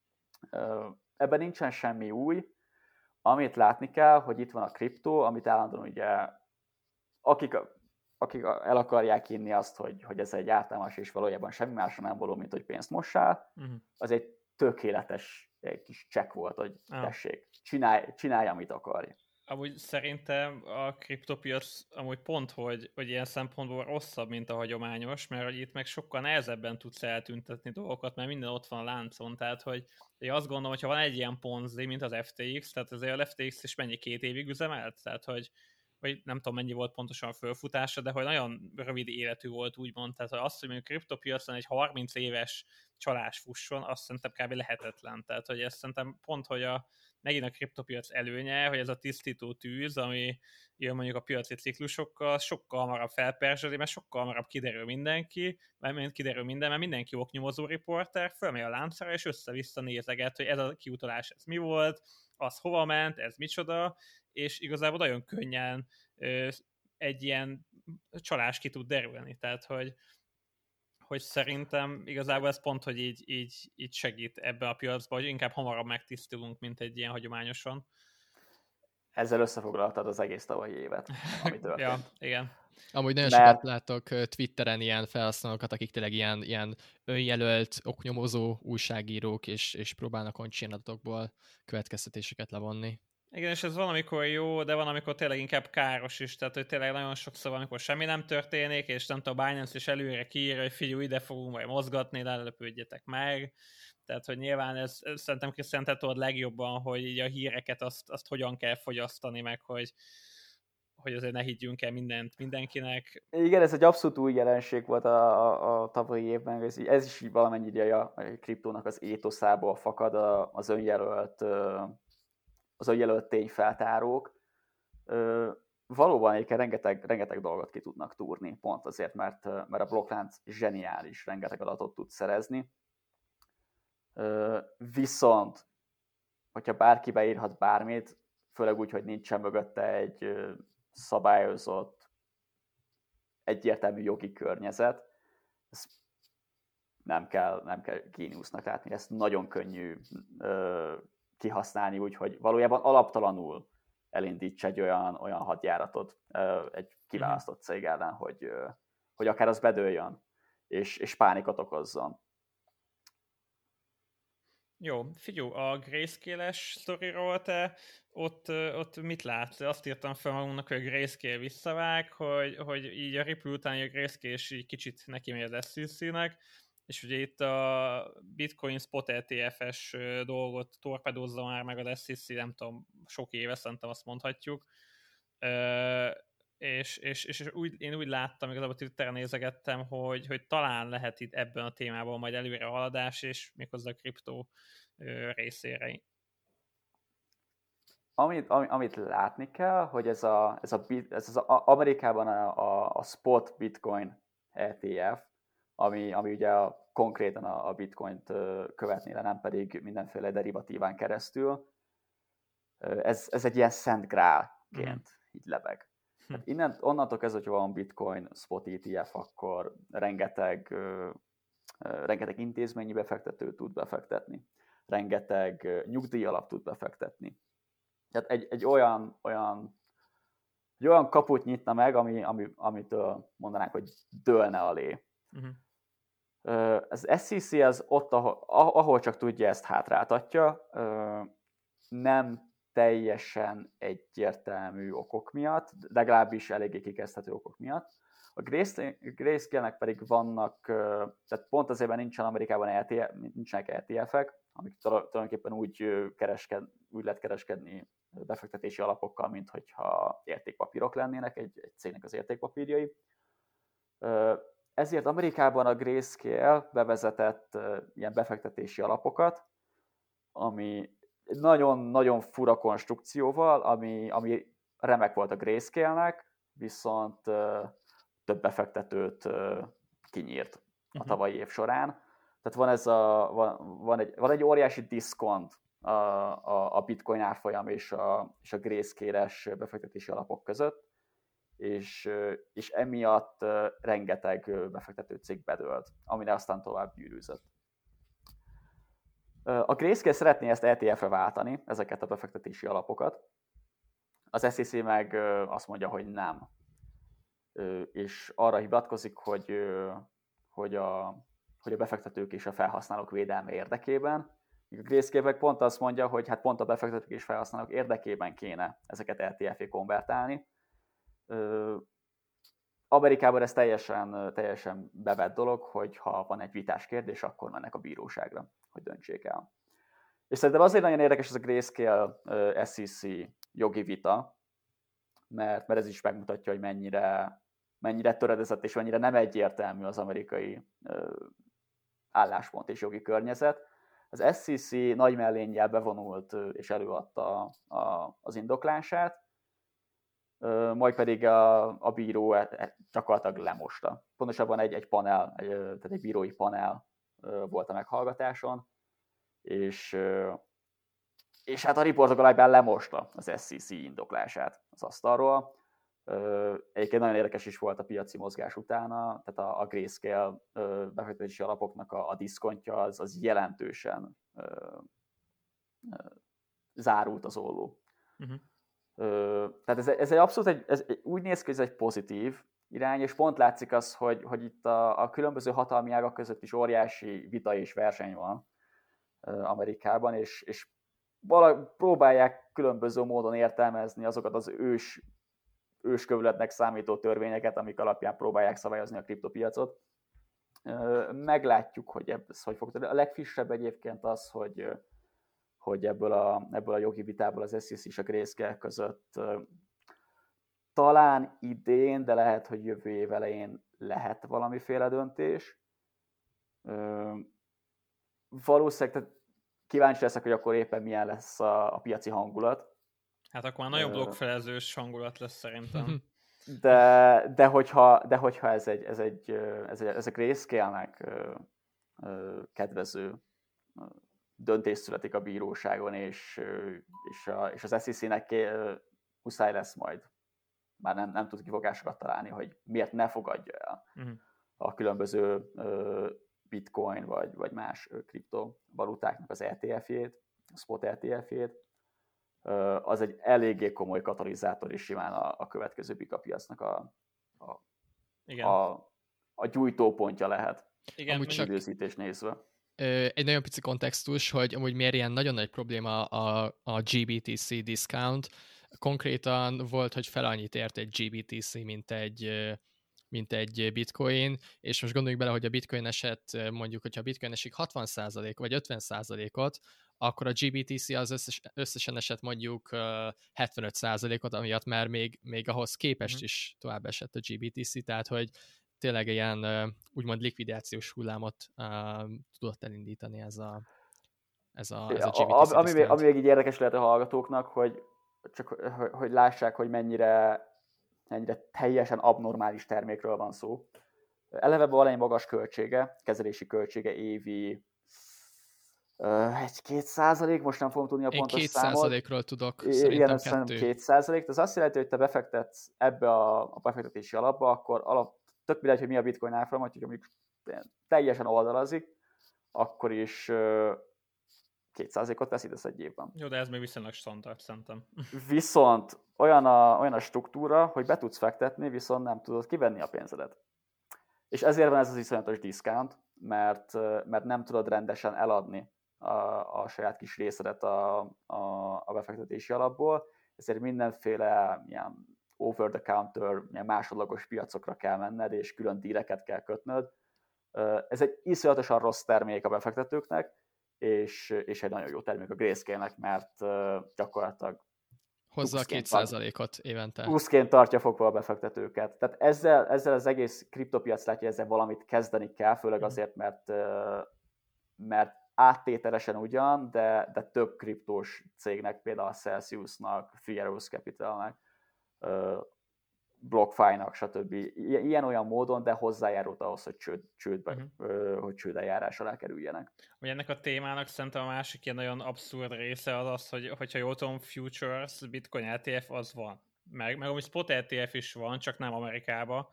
Ebben nincsen semmi új. Amit látni kell, hogy itt van a kriptó, amit állandóan ugye, akik el akarják hinni azt, hogy ez egy ártalmas és valójában semmi másra nem való, mint hogy pénzt mossál, az egy tökéletes egy kis csekk volt, hogy tessék, csinálj, amit akarj. Amúgy szerintem a kriptopiac amúgy pont, hogy ilyen szempontból rosszabb, mint a hagyományos, mert hogy itt meg sokkal nehezebben tudsz eltüntetni dolgokat, mert minden ott van a láncon, tehát hogy én azt gondolom, hogyha van egy ilyen Ponzi, mint az FTX, tehát azért a FTX is mennyi 2 évig üzemelt, tehát hogy vagy nem tudom mennyi volt pontosan a fölfutása, de hogy nagyon rövid életű volt úgymond, tehát hogy azt, hogy mondjuk kriptopiacon egy 30 éves csalás fusson, azt szerintem kb. Lehetetlen, tehát hogy ez szerintem pont, hogy megint a kriptopiac előnye, hogy ez a tisztító tűz, ami jön mondjuk a piaci ciklusokkal, sokkal hamarabb felperzseli, mert sokkal hamarabb kiderül mert mindenki oknyomozó riporter, fölmegy a láncra, és össze-vissza nézeget, hogy ez a kiutalás, ez mi volt, az hova ment, ez micsoda, és igazából nagyon könnyen egy ilyen csalás ki tud derülni, tehát hogy szerintem igazából ez pont, hogy így segít ebbe a piacba, hogy inkább hamarabb megtisztulunk, mint egy ilyen hagyományosan. Ezzel összefoglaltad az egész tavalyi évet, ami történt. Ja, igen. Amúgy nagyon sokat látok Twitteren ilyen felhasználókat, akik tényleg ilyen önjelölt, oknyomozó újságírók, és próbálnak on-chain adatokból következtetéseket levonni. Igen, és ez van, amikor jó, de van, amikor tényleg inkább káros is, tehát hogy tényleg nagyon sokszor van, amikor semmi nem történik, és nem tudom, Binance is előre kiírja, hogy figyelj, ide fogunk majd mozgatni, lelepődjetek meg. Tehát, hogy nyilván ez szerintem Krisztián, te tudod legjobban, hogy így a híreket azt hogyan kell fogyasztani, meg hogy azért ne higgyünk el mindent mindenkinek. Igen, ez egy abszolút új jelenség volt a tavalyi évben, ez is valamennyire a kriptónak az étoszából fakad, az önjelölt tényfeltárók. Valóban egyébként rengeteg dolgot ki tudnak túrni, pont azért, mert a blokklánc zseniális, rengeteg adatot tud szerezni. Viszont, hogyha bárki beírhat bármit, főleg úgy, hogy nincsen mögötte egy szabályozott, egyértelmű jogi környezet, ezt nem kell géniusznak látni, ezt nagyon könnyű kihasználni, úgyhogy valójában alaptalanul elindíts egy olyan hadjáratot egy kiválasztott cég ellen, hogy akár az bedőljön, és pánikot okozzon. Jó, figyelj, a Grayscale-es sztoriról te ott mit látsz? Azt írtam fel magunknak, hogy a Grayscale visszavág, hogy így a Ripple után a Grayscale is így kicsit neki megy az SEC-nek, és ugye itt a Bitcoin Spot ETF-es dolgot torpedózza már meg a SEC, nem tudom, sok éve szerintem azt mondhatjuk, és én úgy láttam, igazából Twitteren nézegettem, hogy talán lehet itt ebben a témában majd előre haladás, és méghozzá a kriptó részére. Amit látni kell, hogy ez az Amerikában a spot Bitcoin ETF, ami ugye konkrétan a Bitcoint követné le, nem pedig mindenféle derivatíván keresztül, ez egy ilyen szent grálként így lebeg. Hát onnantól kezdve, hogy van Bitcoin spot ETF, akkor rengeteg intézményi befektető tud befektetni, rengeteg nyugdíjalap tud befektetni. Tehát egy olyan kaput nyitna meg, amit mondanánk, hogy dőlne a lé. Az SEC az ott, ahol csak tudja, ezt hátráltatja, nem teljesen egyértelmű okok miatt, legalábbis eléggé kikezdhető okok miatt. A Grayscale-nek pedig vannak, tehát pont azért nincsen Amerikában nincsenek ETF-ek, amik tulajdonképpen úgy lehet kereskedni befektetési alapokkal, mint hogyha értékpapírok lennének egy cégnek az értékpapírjai. Ezért Amerikában a Grayscale bevezetett ilyen befektetési alapokat, ami nagyon-nagyon fura konstrukcióval, ami remek volt a Grayscale-nek, viszont több befektetőt kinyírt a tavalyi év során. Tehát van egy óriási diszkont a Bitcoin árfolyam és a Grayscale-es befektetési alapok között, és emiatt rengeteg befektető cég bedőlt, amire aztán tovább gyűrűzött. A Grayscale szeretné ezt ETF-re váltani, ezeket a befektetési alapokat. Az SEC meg azt mondja, hogy nem. És arra hivatkozik, hogy a befektetők és a felhasználók védelme érdekében. A Grayscale meg pont azt mondja, hogy hát pont a befektetők és felhasználók érdekében kéne ezeket ETF-é konvertálni. Amerikában ez teljesen bevett dolog, hogy ha van egy vitás kérdés, akkor mennek a bíróságra, hogy döntsék el. És szerintem azért nagyon érdekes ez a Grayscale SEC jogi vita, mert ez is megmutatja, hogy mennyire töredezett és mennyire nem egyértelmű az amerikai álláspont és jogi környezet. Az SEC nagy mellénnyel bevonult és előadta az indoklását, majd pedig a bíró gyakorlatilag lemosta. Pontosabban egy panel, tehát egy bírói panel volt a meghallgatáson, és hát a riportok alapján lemosta az SEC indoklását az asztalról. Egyébként nagyon érdekes is volt a piaci mozgás utána, tehát a Grayscale befektetési alapoknak a diszkontja az jelentősen zárult az olló. Tehát ez egy abszolút úgy néz ki, hogy ez egy pozitív irány, és pont látszik az, hogy itt a különböző hatalmi ágak között is óriási vita és verseny van Amerikában, és próbálják különböző módon értelmezni azokat az őskövületnek számító törvényeket, amik alapján próbálják szabályozni a kriptopiacot. Meglátjuk, hogy ez hogy fog. A legfrissebb egyébként az, hogy ebből a jogi vitából az SEC és a Grayscale között talán idén, de lehet, hogy jövő év elején lehet valamiféle döntés. Valószínűleg kíváncsi leszek, hogy akkor éppen milyen lesz a piaci hangulat. Hát akkor már nagyon blokkfelezős hangulat lesz szerintem. De hogyha ez a Grayscale-nek kedvező döntés születik a bíróságon, és az SEC-nek muszáj lesz majd, már nem tud kifogásokat találni, hogy miért ne fogadja el a különböző bitcoin vagy más kriptovalutáknak az ETF-jét, a spot ETF-jét, az egy eléggé komoly katalizátor is simán a következő bikapiacnak a gyújtópontja lehet. Igen, amúgy csak időzítés nézve. Egy nagyon pici kontextus, hogy amúgy miért ilyen nagyon nagy probléma a GBTC discount. Konkrétan volt, hogy fel annyit ért egy GBTC, mint mint egy bitcoin, és most gondoljuk bele, hogy a bitcoin eset, mondjuk, hogyha a bitcoin esik 60% vagy 50%-ot, akkor a GBTC az összesen esett mondjuk 75%-ot, amiatt már még ahhoz képest is tovább esett a GBTC, tehát hogy tényleg ilyen úgymond likvidációs hullámot tudott elindítani ez a GBTC. Ami még így érdekes lehet a hallgatóknak, hogy lássák, hogy mennyire teljesen abnormális termékről van szó. Eleve van egy magas költsége, kezelési költsége évi 1-2%, most nem fogom tudni a pontos számot. 2%-ról tudok, igen, szerintem 2%. Ez azt jelenti, hogy te befektetsz ebbe a befektetési alapba, akkor tök mindegy, hogy mi a bitcoin árfolyam, hogy mondjuk teljesen oldalazik, akkor is 2%-ot veszítesz egy évben. Jó, de ez még viszonylag standard, szerintem. Viszont olyan a struktúra, hogy be tudsz fektetni, viszont nem tudod kivenni a pénzedet. És ezért van ez az iszonyatos discount, mert nem tudod rendesen eladni a saját kis részedet a befektetési alapból, ezért mindenféle ilyen over-the-counter, ilyen másodlagos piacokra kell menned, és külön díleket kell kötnöd. Ez egy iszonyatosan rossz termék a befektetőknek, és egy nagyon jó termék a Grayscale-nek, mert gyakorlatilag hozzá a 2%-ot évente. Pluszként tartja fogva a befektetőket. Tehát ezzel az egész kriptopiac látja, ezzel valamit kezdeni kell, főleg azért, mert áttételesen ugyan, de több kriptós cégnek, például a Celsiusnak, Three Arrows Capitalnek, BlockFi-nak, stb. Ilyen-olyan módon, de hozzájárult ahhoz, hogy csődeljárás alá kerüljenek. Ugye ennek a témának szerintem a másik ilyen nagyon abszurd része az, hogyha jól tudom, Futures, Bitcoin ETF az van. Meg ami Spot ETF is van, csak nem Amerikában.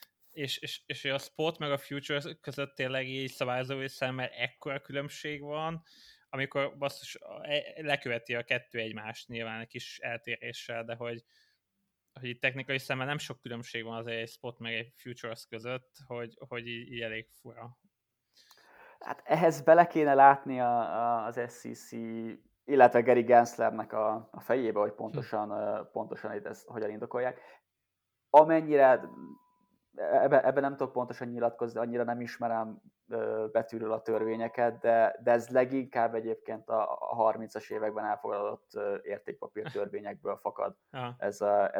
És a Spot meg a Futures között tényleg így szabályozói szemmel ekkora különbség van, amikor basszus leköveti a kettő egymást nyilván egy kis eltéréssel, de hogy itt technikai szemmel nem sok különbség van az egy Spot meg egy Futures között, hogy így elég fura. Hát ehhez bele kéne látni az SEC, illetve Gary Genslernek a fejébe, hogy pontosan itt ezt hogyan indokolják. Amennyire, ebben nem tudok pontosan nyilatkozni, annyira nem ismerem betűről a törvényeket, de ez leginkább egyébként a 30-as években elfogadott értékpapír törvényekből fakad ez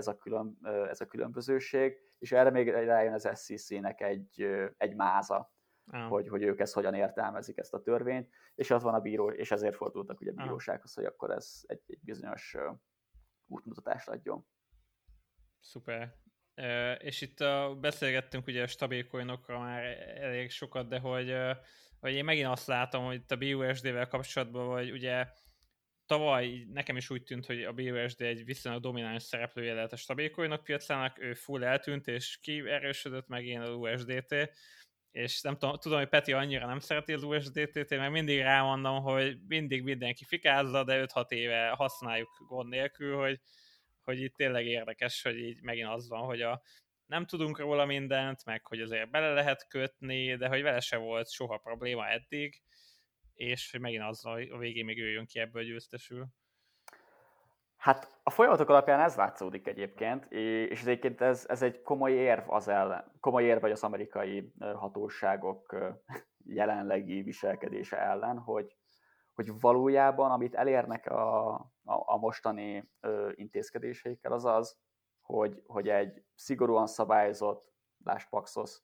a különbözőség, és erre még rájön az SEC-nek egy máza, hogy ők ezt hogyan értelmezik ezt a törvényt, és az van a bíró, és ezért fordultak ugye a bírósághoz, hogy akkor ez egy bizonyos útmutatást adjon. Szuper. És itt beszélgettünk ugye a stabil coinokról már elég sokat, de hogy én megint azt látom, hogy itt a BUSD-vel kapcsolatban, vagy ugye tavaly nekem is úgy tűnt, hogy a BUSD egy viszonylag domináns szereplője lehet a stabil coinok piacának, ő full eltűnt, és kierősödött megint az USDT, és nem tudom, hogy Peti annyira nem szereti az USDT-t, én meg mindig rámondom, hogy mindig mindenki fikázza, de 5-6 éve használjuk gond nélkül, hogy itt tényleg érdekes, hogy így megint az van, hogy nem tudunk róla mindent, meg hogy azért bele lehet kötni, de hogy vele se volt soha probléma eddig, és hogy megint az van, hogy a végén még ő jön ki ebből győztesül. Hát a folyamatok alapján ez látszódik egyébként, és egyébként ez egy komoly érv az ellen, komoly érv vagy az amerikai hatóságok jelenlegi viselkedése ellen, hogy valójában, amit elérnek a mostani intézkedéseikkel, az az, hogy egy szigorúan szabályozott, lásd Paxos,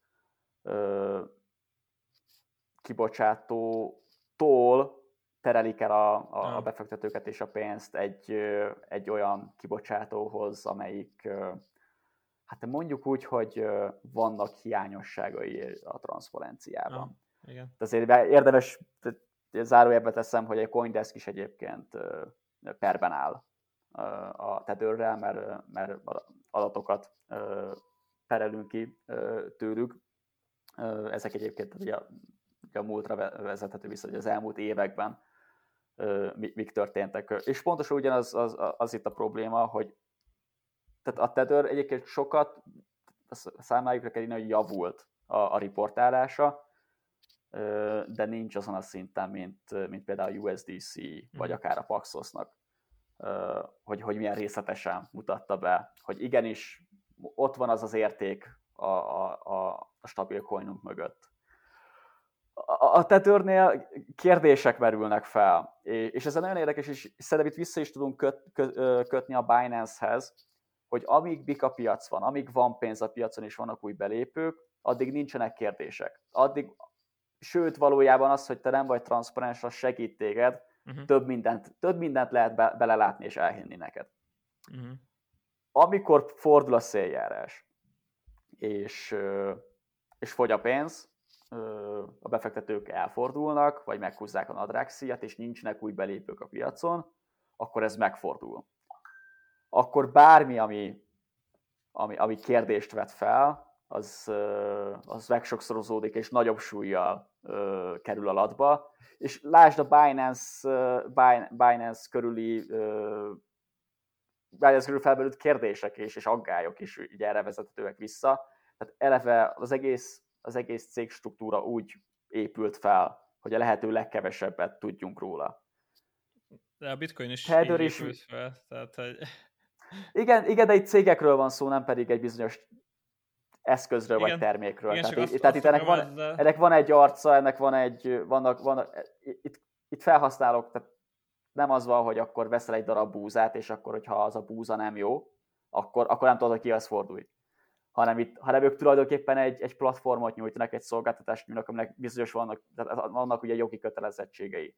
kibocsátótól terelik el a befektetőket és a pénzt egy olyan kibocsátóhoz, amelyik, hát mondjuk úgy, hogy vannak hiányosságai a transzparenciában. Igen. Azért érdemes, zárójelbe teszem, hogy egy CoinDesk is egyébként perben áll a Tetherrel, mert adatokat perelünk ki tőlük. Ezek egyébként ugye a múltra vezethető vissza, hogy az elmúlt években mik történtek. És pontosan ugyanaz az itt a probléma, hogy tehát a Tether egyébként sokat számájukra kell írni, hogy javult a riportálása, de nincs azon a szinten, mint például a USDC, vagy akár a Paxosnak, hogy milyen részletesen mutatta be, hogy igenis ott van az az érték a stabil coinunk mögött. A Tethernél kérdések merülnek fel, és ez nagyon érdekes, és szerintem itt vissza is tudunk kötni a Binance-hez, hogy amíg Bika piac van, amíg van pénz a piacon és vannak új belépők, addig nincsenek kérdések. Sőt, valójában az, hogy te nem vagy transzparens, az segít téged, több mindent lehet belelátni és elhinni neked. Amikor fordul a széljárás, és fogy a pénz, a befektetők elfordulnak, vagy meghúzzák a nadrágszíjat, és nincsenek új belépők a piacon, akkor ez megfordul. Akkor bármi, ami kérdést vet fel, az megsokszorozódik, és nagyobb súllyal kerül alatba. És lásd a Binance körül felmerült kérdések és aggályok is így erre vezethetőek vissza. Tehát eleve az egész cégstruktúra úgy épült fel, hogy a lehető legkevesebbet tudjunk róla. De a Bitcoin is így épült fel. Tehát, hogy... Igen, de itt cégekről van szó, nem pedig egy bizonyos eszközről vagy termékről. Igen, tehát itt ennek van egy arca, itt felhasználók, tehát nem az van, hogy akkor veszel egy darab búzát, és akkor, hogyha az a búza nem jó, akkor nem tudod, hogy kihez fordulj. Hanem ők tulajdonképpen egy platformot nyújtanak, egy szolgáltatást nyújtanak, aminek bizonyos vannak ugye jogi kötelezettségei.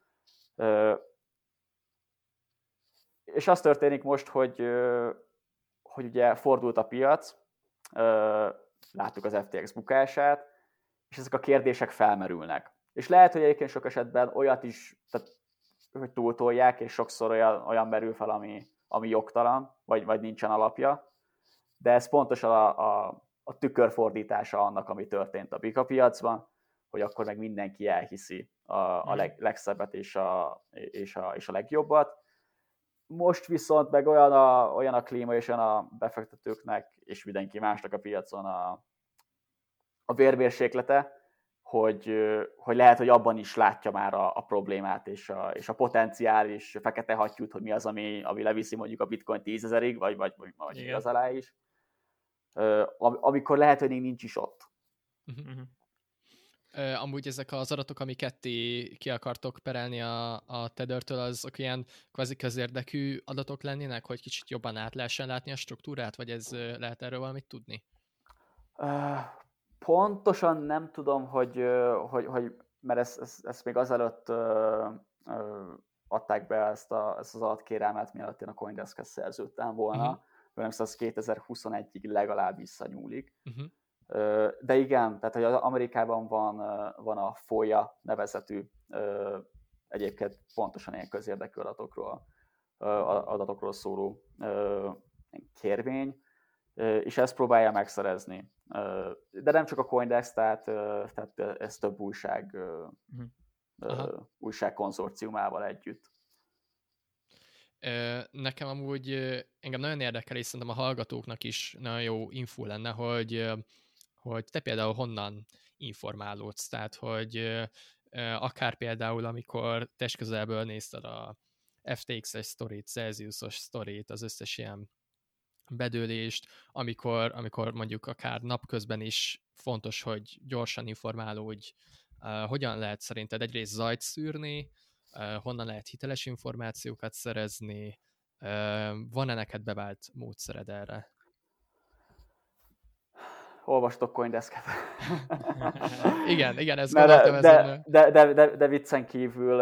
És az történik most, hogy ugye fordult a piac, láttuk az FTX bukását, és ezek a kérdések felmerülnek. És lehet, hogy egyébként sok esetben olyat is, tehát, hogy túltolják, és sokszor olyan merül fel, ami jogtalan, vagy nincsen alapja, de ez pontosan a tükörfordítása annak, ami történt a Bika piacban, hogy akkor meg mindenki elhiszi a legszebbet és a legjobbat. Most viszont meg olyan a klíma és olyan a befektetőknek és mindenki másnak a piacon a vérmérséklete, hogy lehet, hogy abban is látja már a problémát és a potenciális fekete hattyút, hogy mi az, ami leviszi mondjuk a Bitcoin 10 000-ig, vagy igaz alá is. Amikor lehet, hogy nincs is ott. Amúgy ezek az adatok, amiket ki akartok perelni a Tethertől, azok ilyen kvázi közérdekű adatok lennének, hogy kicsit jobban át lehessen látni a struktúrát, vagy ez lehet erről valamit tudni? Pontosan nem tudom, hogy mert ezt még azelőtt adták be ezt az adatkérelmet, mielőtt én a CoinDesk-hez szerződtem volna, mert az 2021-ig legalább visszanyúlik. De igen, tehát hogy Amerikában van a FOIA nevezetű, egyébként pontosan ilyen közérdekű adatokról szóló kérvény, és ezt próbálja megszerezni. De nem csak a CoinDesk, tehát ez több újság konzorciumával együtt. Nekem amúgy engem nagyon érdekel, és szerintem a hallgatóknak is nagyon jó infó lenne, hogy te például honnan informálódsz, tehát hogy akár például, amikor testközelből nézted a FTX-es sztorit, Celsius-os sztorit, az összes ilyen bedőlést, amikor mondjuk akár napközben is fontos, hogy gyorsan informálódj, hogyan lehet szerinted egyrészt zajt szűrni, honnan lehet hiteles információkat szerezni, van-e neked bevált módszered erre? Olvastok CoinDesk-et. igen, ezt gondoltam ezen. De viccen kívül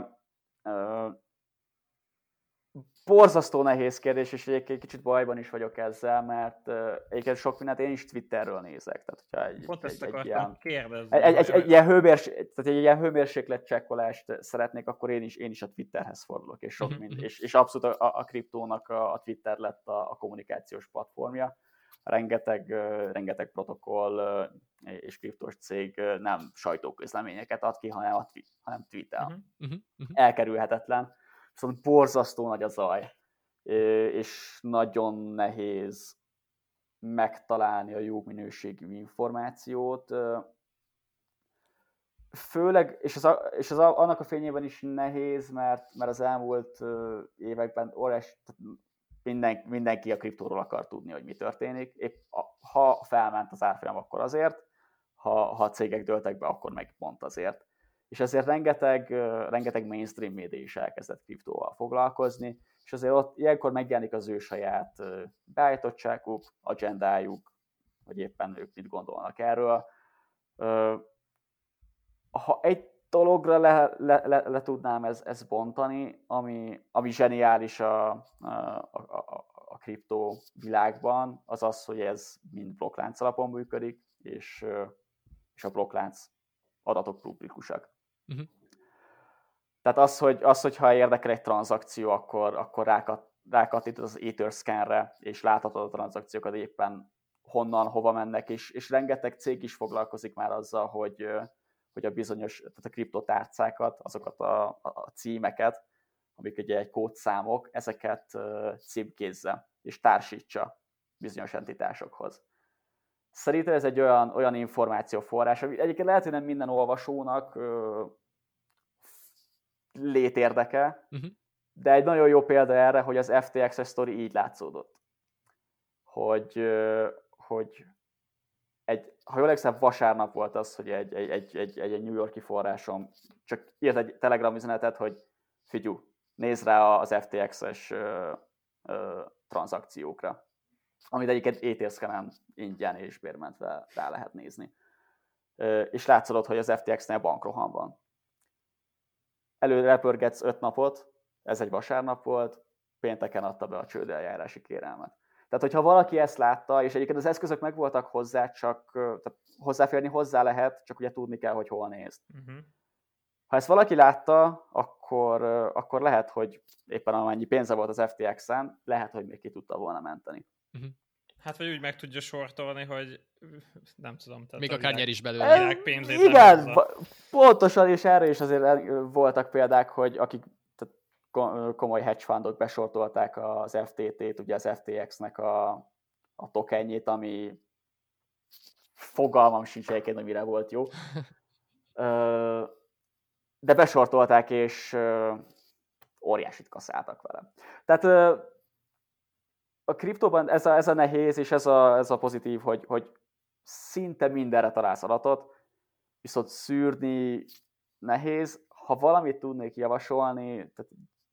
borzasztó nehéz kérdés, és egyébként kicsit bajban is vagyok ezzel, mert egyébként sok mindent én is Twitterről nézek. Tehát, pont ezt akartam kérdezni. Egy ilyen hőmérséklet csekkolást szeretnék, akkor én is a Twitterhez fordulok, és sok és abszolút a kriptónak a Twitter lett a kommunikációs platformja. Rengeteg protokoll és kriptos cég nem sajtóközleményeket ad ki, hanem tweetel. Elkerülhetetlen. Viszont borzasztó nagy a zaj, és nagyon nehéz megtalálni a jó minőségű információt. Főleg, és annak a fényében is nehéz, mert az elmúlt években mindenki a kriptóról akar tudni, hogy mi történik. Épp ha felment az árfolyam, akkor azért, ha a cégek dőltek be, akkor meg pont azért. És ezért rengeteg mainstream média is elkezdett kriptóval foglalkozni, és azért ott ilyenkor megjelenik az ő saját beállítottságuk, agendájuk, hogy éppen ők mit gondolnak erről. Ha egy dologra le tudnám ezt bontani, ami zseniális a kriptó világban, az az, hogy ez mind blokklánc alapon működik, és a blokklánc adatok publikusak. Uh-huh. Tehát az, hogyha érdekel egy tranzakció, akkor rákattint az Etherscanre, és láthatod a tranzakciókat éppen honnan, hova mennek, és rengeteg cég is foglalkozik már azzal, hogy a bizonyos, tehát a kriptotárcákat, azokat a címeket, amik ugye egy kódszámok, ezeket címkézze és társítsa bizonyos entitásokhoz. Szerintem ez egy olyan információforrás, ami egyébként lehet, hogy nem minden olvasónak létérdeke, de egy nagyon jó példa erre, hogy az FTX-es sztori így látszódott. Hogy ha jól emlékszem, vasárnap volt az, hogy egy New York-i forrásom csak írt egy Telegram üzenetet, hogy figyelj, nézz rá az FTX-es tranzakciókra, amit egyébként Etherscan-en ingyen és bérmentve rá lehet nézni. És látszódott, hogy az FTX-nél bankroham van. Előre pörgetsz 5 napot, ez egy vasárnap volt, pénteken adta be a csődeljárási kérelmet. Tehát, hogyha valaki ezt látta, és egyébként az eszközök megvoltak hozzá, csak hozzáférni hozzá lehet, csak ugye tudni kell, hogy hol nézd. Uh-huh. Ha ezt valaki látta, akkor lehet, hogy éppen amennyi pénze volt az FTX-en, lehet, hogy még ki tudta volna menteni. Uh-huh. Hát, vagy úgy meg tudja sortolni, hogy nem tudom. Még akár nyer is belőle. Igen, pontosan, és erre is azért voltak példák, hogy akik komoly hedge fundok besortolták az FTT-t, ugye az FTX-nek a tokenjét, ami fogalmam sincs egyébként, hogy mire volt jó. De besortolták, és óriásit kaszáltak vele. Tehát a kriptóban ez a nehéz, és ez a pozitív, hogy szinte mindenre találsz adatot, viszont szűrni nehéz. Ha valamit tudnék javasolni, tehát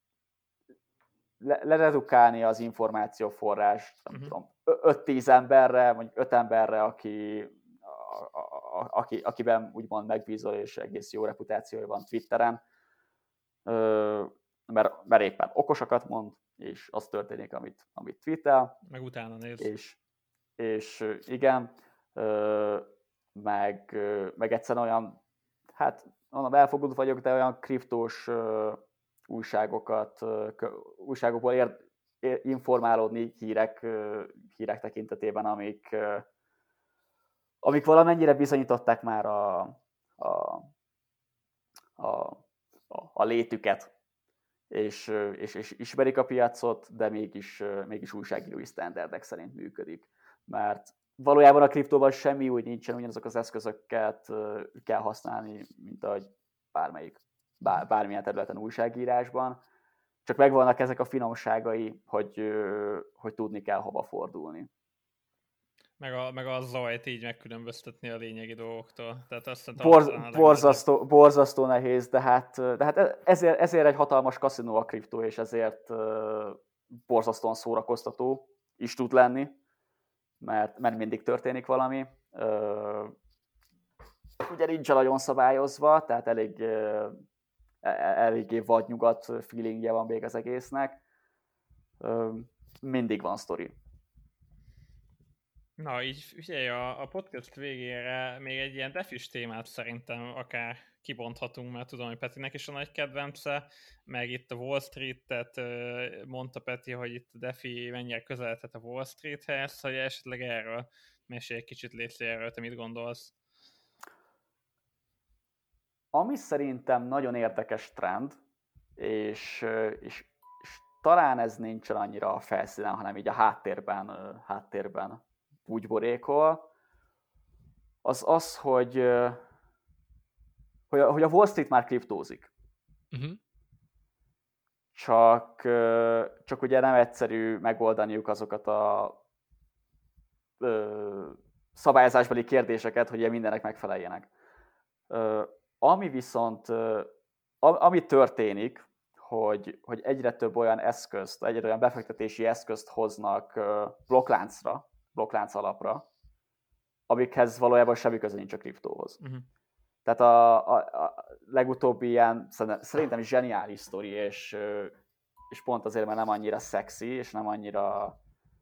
leredukálni az információforrást, nem tudom, 5-10 emberre, mondjuk 5 emberre, akiben úgymond megbízol, és egész jó reputációja van Twitteren, mert éppen okosakat mond, és az történik, amit tweetel. Meg utána néz. És igen, meg egyszerűen olyan, hát mondom, elfogult vagyok, de olyan kriptós újságokból informálódni hírek tekintetében, amik valamennyire bizonyították már a létüket, és ismerik a piacot, de mégis újságírói sztenderdek szerint működik. Mert valójában a kriptóban semmi úgy nincsen, ugyanazok az eszközöket kell használni, mint ahogy bármilyen területen újságírásban. Csak megvannak ezek a finomságai, hogy tudni kell hova fordulni. Meg a zajt így megkülönböztetni a lényegi dolgoktól. Tehát azt borzasztó nehéz, de hát ezért egy hatalmas kaszinó a kriptó, és ezért borzasztóan szórakoztató is tud lenni, mert mindig történik valami. Ugye nincs nagyon szabályozva, tehát eléggé vadnyugat feelingje van még az egésznek. Mindig van sztori. Na, így figyelj, a podcast végére még egy ilyen defis témát szerintem akár kibonthatunk, mert tudom, hogy Petinek is a nagy kedvence, meg itt a Wall Street-et mondta Peti, hogy itt a defi mennyire közeledhet a Wall Streethez, hogy esetleg erről mesélj egy kicsit, Léci, erről, te mit gondolsz? Ami szerintem nagyon érdekes trend, és talán ez nincsen annyira a felszínen, hanem így a háttérben bugyborékol, az, hogy a Wall Street már kriptózik. Uh-huh. csak ugye nem egyszerű megoldaniuk azokat a szabályozásbeli kérdéseket, hogy mindennek megfeleljenek. Ami viszont, ami történik, hogy egyre több olyan eszközt, egyre olyan befektetési eszközt hoznak blokklánc alapra, amikhez valójában semmi köze nincs a kriptóhoz. Uh-huh. Tehát a legutóbbi ilyen szerintem zseniális sztori, és pont azért, mert nem annyira szexi, és nem annyira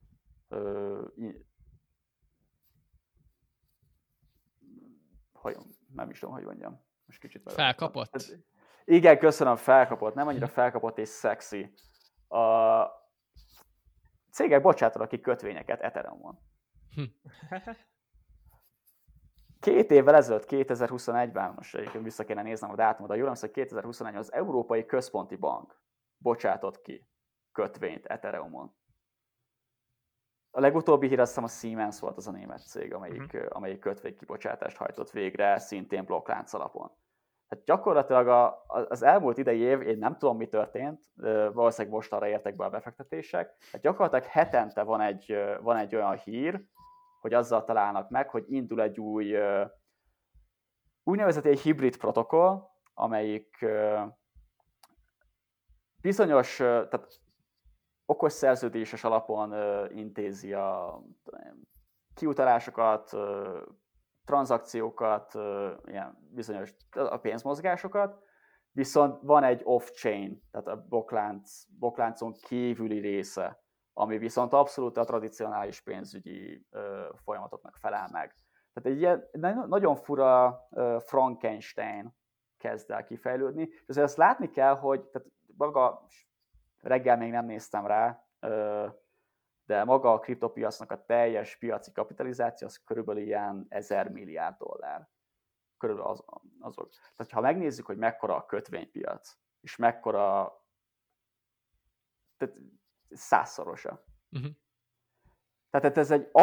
nem is tudom, hogy mondjam. Most kicsit felkapott? Igen, köszönöm, felkapott. Nem annyira felkapott és szexi. A cégek bocsátanak ki kötvényeket Ethereumon. 2 évvel ezelőtt, 2021-ben, most egyébként vissza kéne néznem a dátumot, a jól hogy 2021-ben az Európai Központi Bank bocsátott ki kötvényt Ethereumon. A legutóbbi hír, azt hiszem, a Siemens volt az a német cég, amelyik kötvénykibocsátást hajtott végre, szintén blokklánc alapon. Hát gyakorlatilag az elmúlt idei év, én nem tudom, mi történt, valószínűleg most arra értek be a befektetések, hát gyakorlatilag hetente van egy olyan hír, hogy azzal találnak meg, hogy indul egy úgynevezett egy hibrid protokoll, amelyik bizonyos, tehát okos szerződéses alapon intézi a kiutalásokat, tranzakciókat, ilyen bizonyos a pénzmozgásokat, viszont van egy off-chain, tehát a blokkláncon kívüli része, ami viszont abszolút a tradicionális pénzügyi folyamatoknak felel meg. Tehát egy ilyen nagyon fura Frankenstein kezd el kifejlődni, és azért azt látni kell, hogy tehát maga, reggel még nem néztem rá, de maga a kriptopiacnak a teljes piaci kapitalizáció az körülbelül ilyen $1000 milliárd. Körülbelül azok. Tehát ha megnézzük, hogy mekkora a kötvénypiac, és mekkora, tehát 100-szorosa. Uh-huh. Tehát ez egy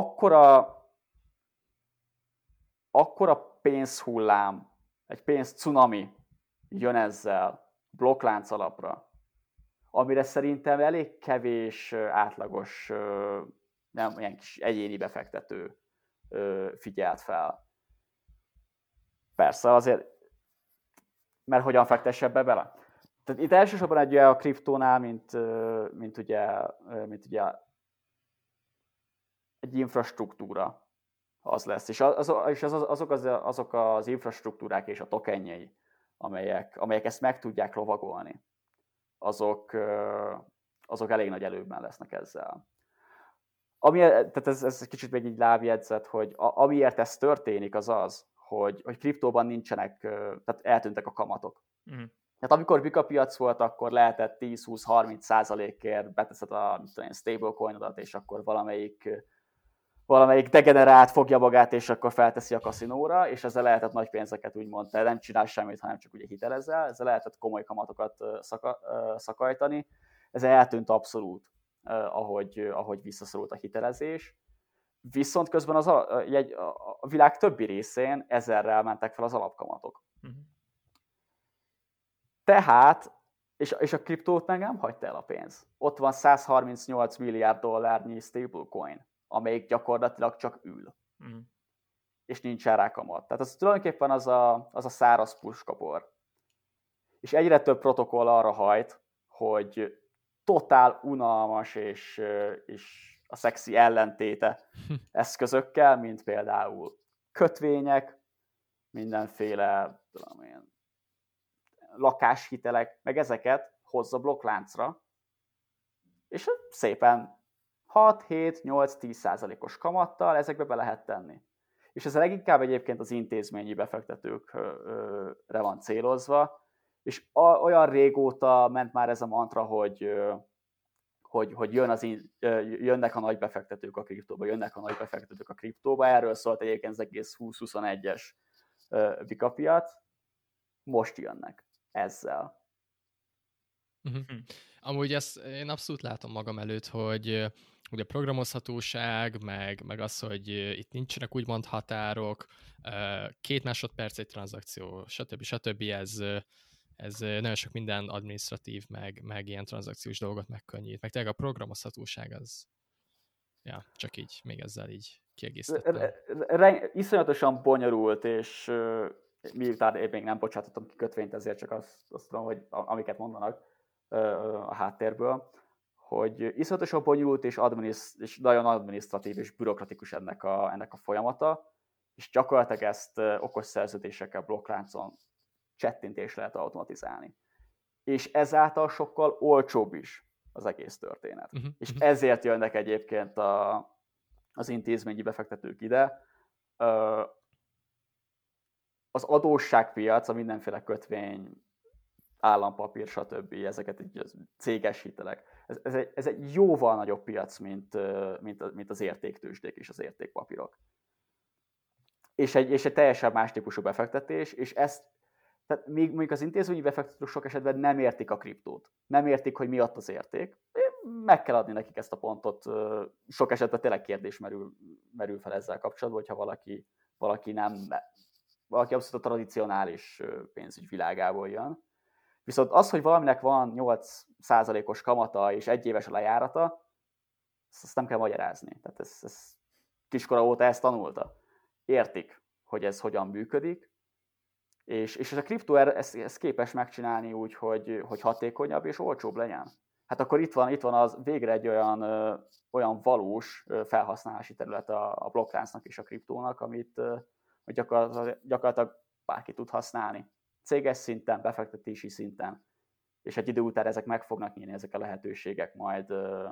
akkora pénzhullám, egy pénzcunami jön ezzel blokklánc alapra, amire szerintem elég kevés átlagos, nem ilyen kis egyéni befektető figyelt fel. Persze azért, mert hogyan fektesse ebbe bele? Tehát itt elsősorban egy a kriptónál, mint ugye egy infrastruktúra az lesz. És azok az infrastruktúrák és a tokenjei, amelyek ezt meg tudják lovagolni, azok elég nagy előbben lesznek ezzel. Tehát ez kicsit még így lábjegyzet, hogy amiért ez történik, az, hogy kriptóban nincsenek, tehát eltűntek a kamatok. Mm. Tehát amikor bikapiac volt, akkor lehetett 10-20-30%-ért beteszed a stablecoinodat, és akkor valamelyik degenerált fogja magát, és akkor felteszi a kaszinóra, és ezzel lehetett nagy pénzeket úgymond, te nem csinál semmit, hanem csak ugye hitelezel, ezzel lehetett komoly kamatokat szakajtani. Ez eltűnt abszolút, ahogy visszaszorult a hitelezés. Viszont közben a világ többi részén 1000-rel mentek fel az alapkamatok. Uh-huh. Tehát, és a kriptót meg nem hagyta el a pénz. Ott van $138 milliárd stablecoin, amelyik gyakorlatilag csak ül. Uh-huh. És nincsen rá kamat. Tehát az tulajdonképpen az a száraz puskapor. És egyre több protokoll arra hajt, hogy totál unalmas és a szexi ellentéte eszközökkel, mint például kötvények, mindenféle lakáshitelek, meg ezeket hozza blokkláncra, és szépen 6-7-8-10%-os kamattal ezekbe be lehet tenni. És ez leginkább egyébként az intézményi befektetőkre van célozva, és olyan régóta ment már ez a mantra, hogy jönnek a nagy befektetők a kriptóba, erről szólt egyébként az egész 2021-es bikapiac, most jönnek ezzel. Amúgy ezt én abszolút látom magam előtt, hogy ugye programozhatóság, meg az, hogy itt nincsenek úgymond határok, 2 másodperc egy tranzakció, stb. Ez ez nagyon sok minden administratív, meg ilyen tranzakciós dolgot megkönnyít, meg tényleg a programozhatóság az, ja, csak így, még ezzel így kiegészítettem. Iszonyatosan bonyolult, és miután én még nem bocsátottam ki kötvényt, ezért csak azt tudom, hogy amiket mondanak a háttérből, hogy iszonyatosan bonyolult és nagyon adminisztratív és bürokratikus ennek a folyamata, és gyakorlatilag ezt okos szerződésekkel blokkláncon csettintés lehet automatizálni. És ezáltal sokkal olcsóbb is az egész történet. És ezért jönnek egyébként az intézményi befektetők ide. Az adósságpiac, a mindenféle kötvény, állampapír, stb. Ezeket így céges hitelek. Ez egy jóval nagyobb piac, mint az értéktőzsdék és az értékpapírok. És egy teljesen más típusú befektetés, és tehát még az intézményi befektetők sok esetben nem értik a kriptót. Nem értik, hogy mi ott az érték. Meg kell adni nekik ezt a pontot. Sok esetben tényleg kérdés merül fel ezzel kapcsolatban, hogyha valaki abszolút a tradicionális pénzügy világából jön. Viszont az, hogy valaminek van 8%-os kamata és 1 éves a lejárata, azt nem kell magyarázni. Tehát ez kiskora óta ezt tanulta. Értik, hogy ez hogyan működik, és a kriptó ezt képes megcsinálni úgy, hogy hatékonyabb és olcsóbb legyen. Hát akkor itt van az végre egy olyan valós felhasználási terület a blokkláncnak és a kriptónak, amit gyakorlatilag bárki tud használni. Céges szinten, befektetési szinten. És egy idő után ezek meg fognak nyílni, ezek a lehetőségek majd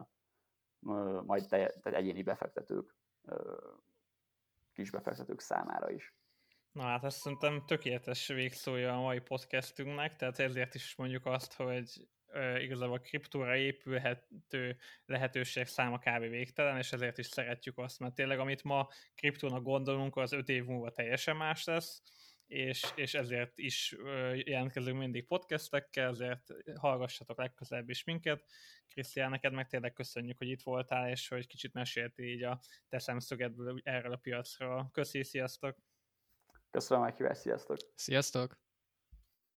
egyéni befektetők, kisbefektetők számára is. Na hát ezt szerintem tökéletes végszója a mai podcastünknek, tehát ezért is mondjuk azt, hogy igazából a kriptóra épülhető lehetőségek száma kb. Végtelen, és ezért is szeretjük azt, mert tényleg amit ma kriptónak gondolunk, az 5 év múlva teljesen más lesz, és ezért is jelentkezünk mindig podcastekkel, ezért hallgassatok legközelebb is minket. Krisztián, neked meg tényleg köszönjük, hogy itt voltál, és hogy kicsit meséltél így a te szemszögedből erről a piacról. Köszi, sziasztok! Köszönöm a meghívást, sziasztok! Sziasztok!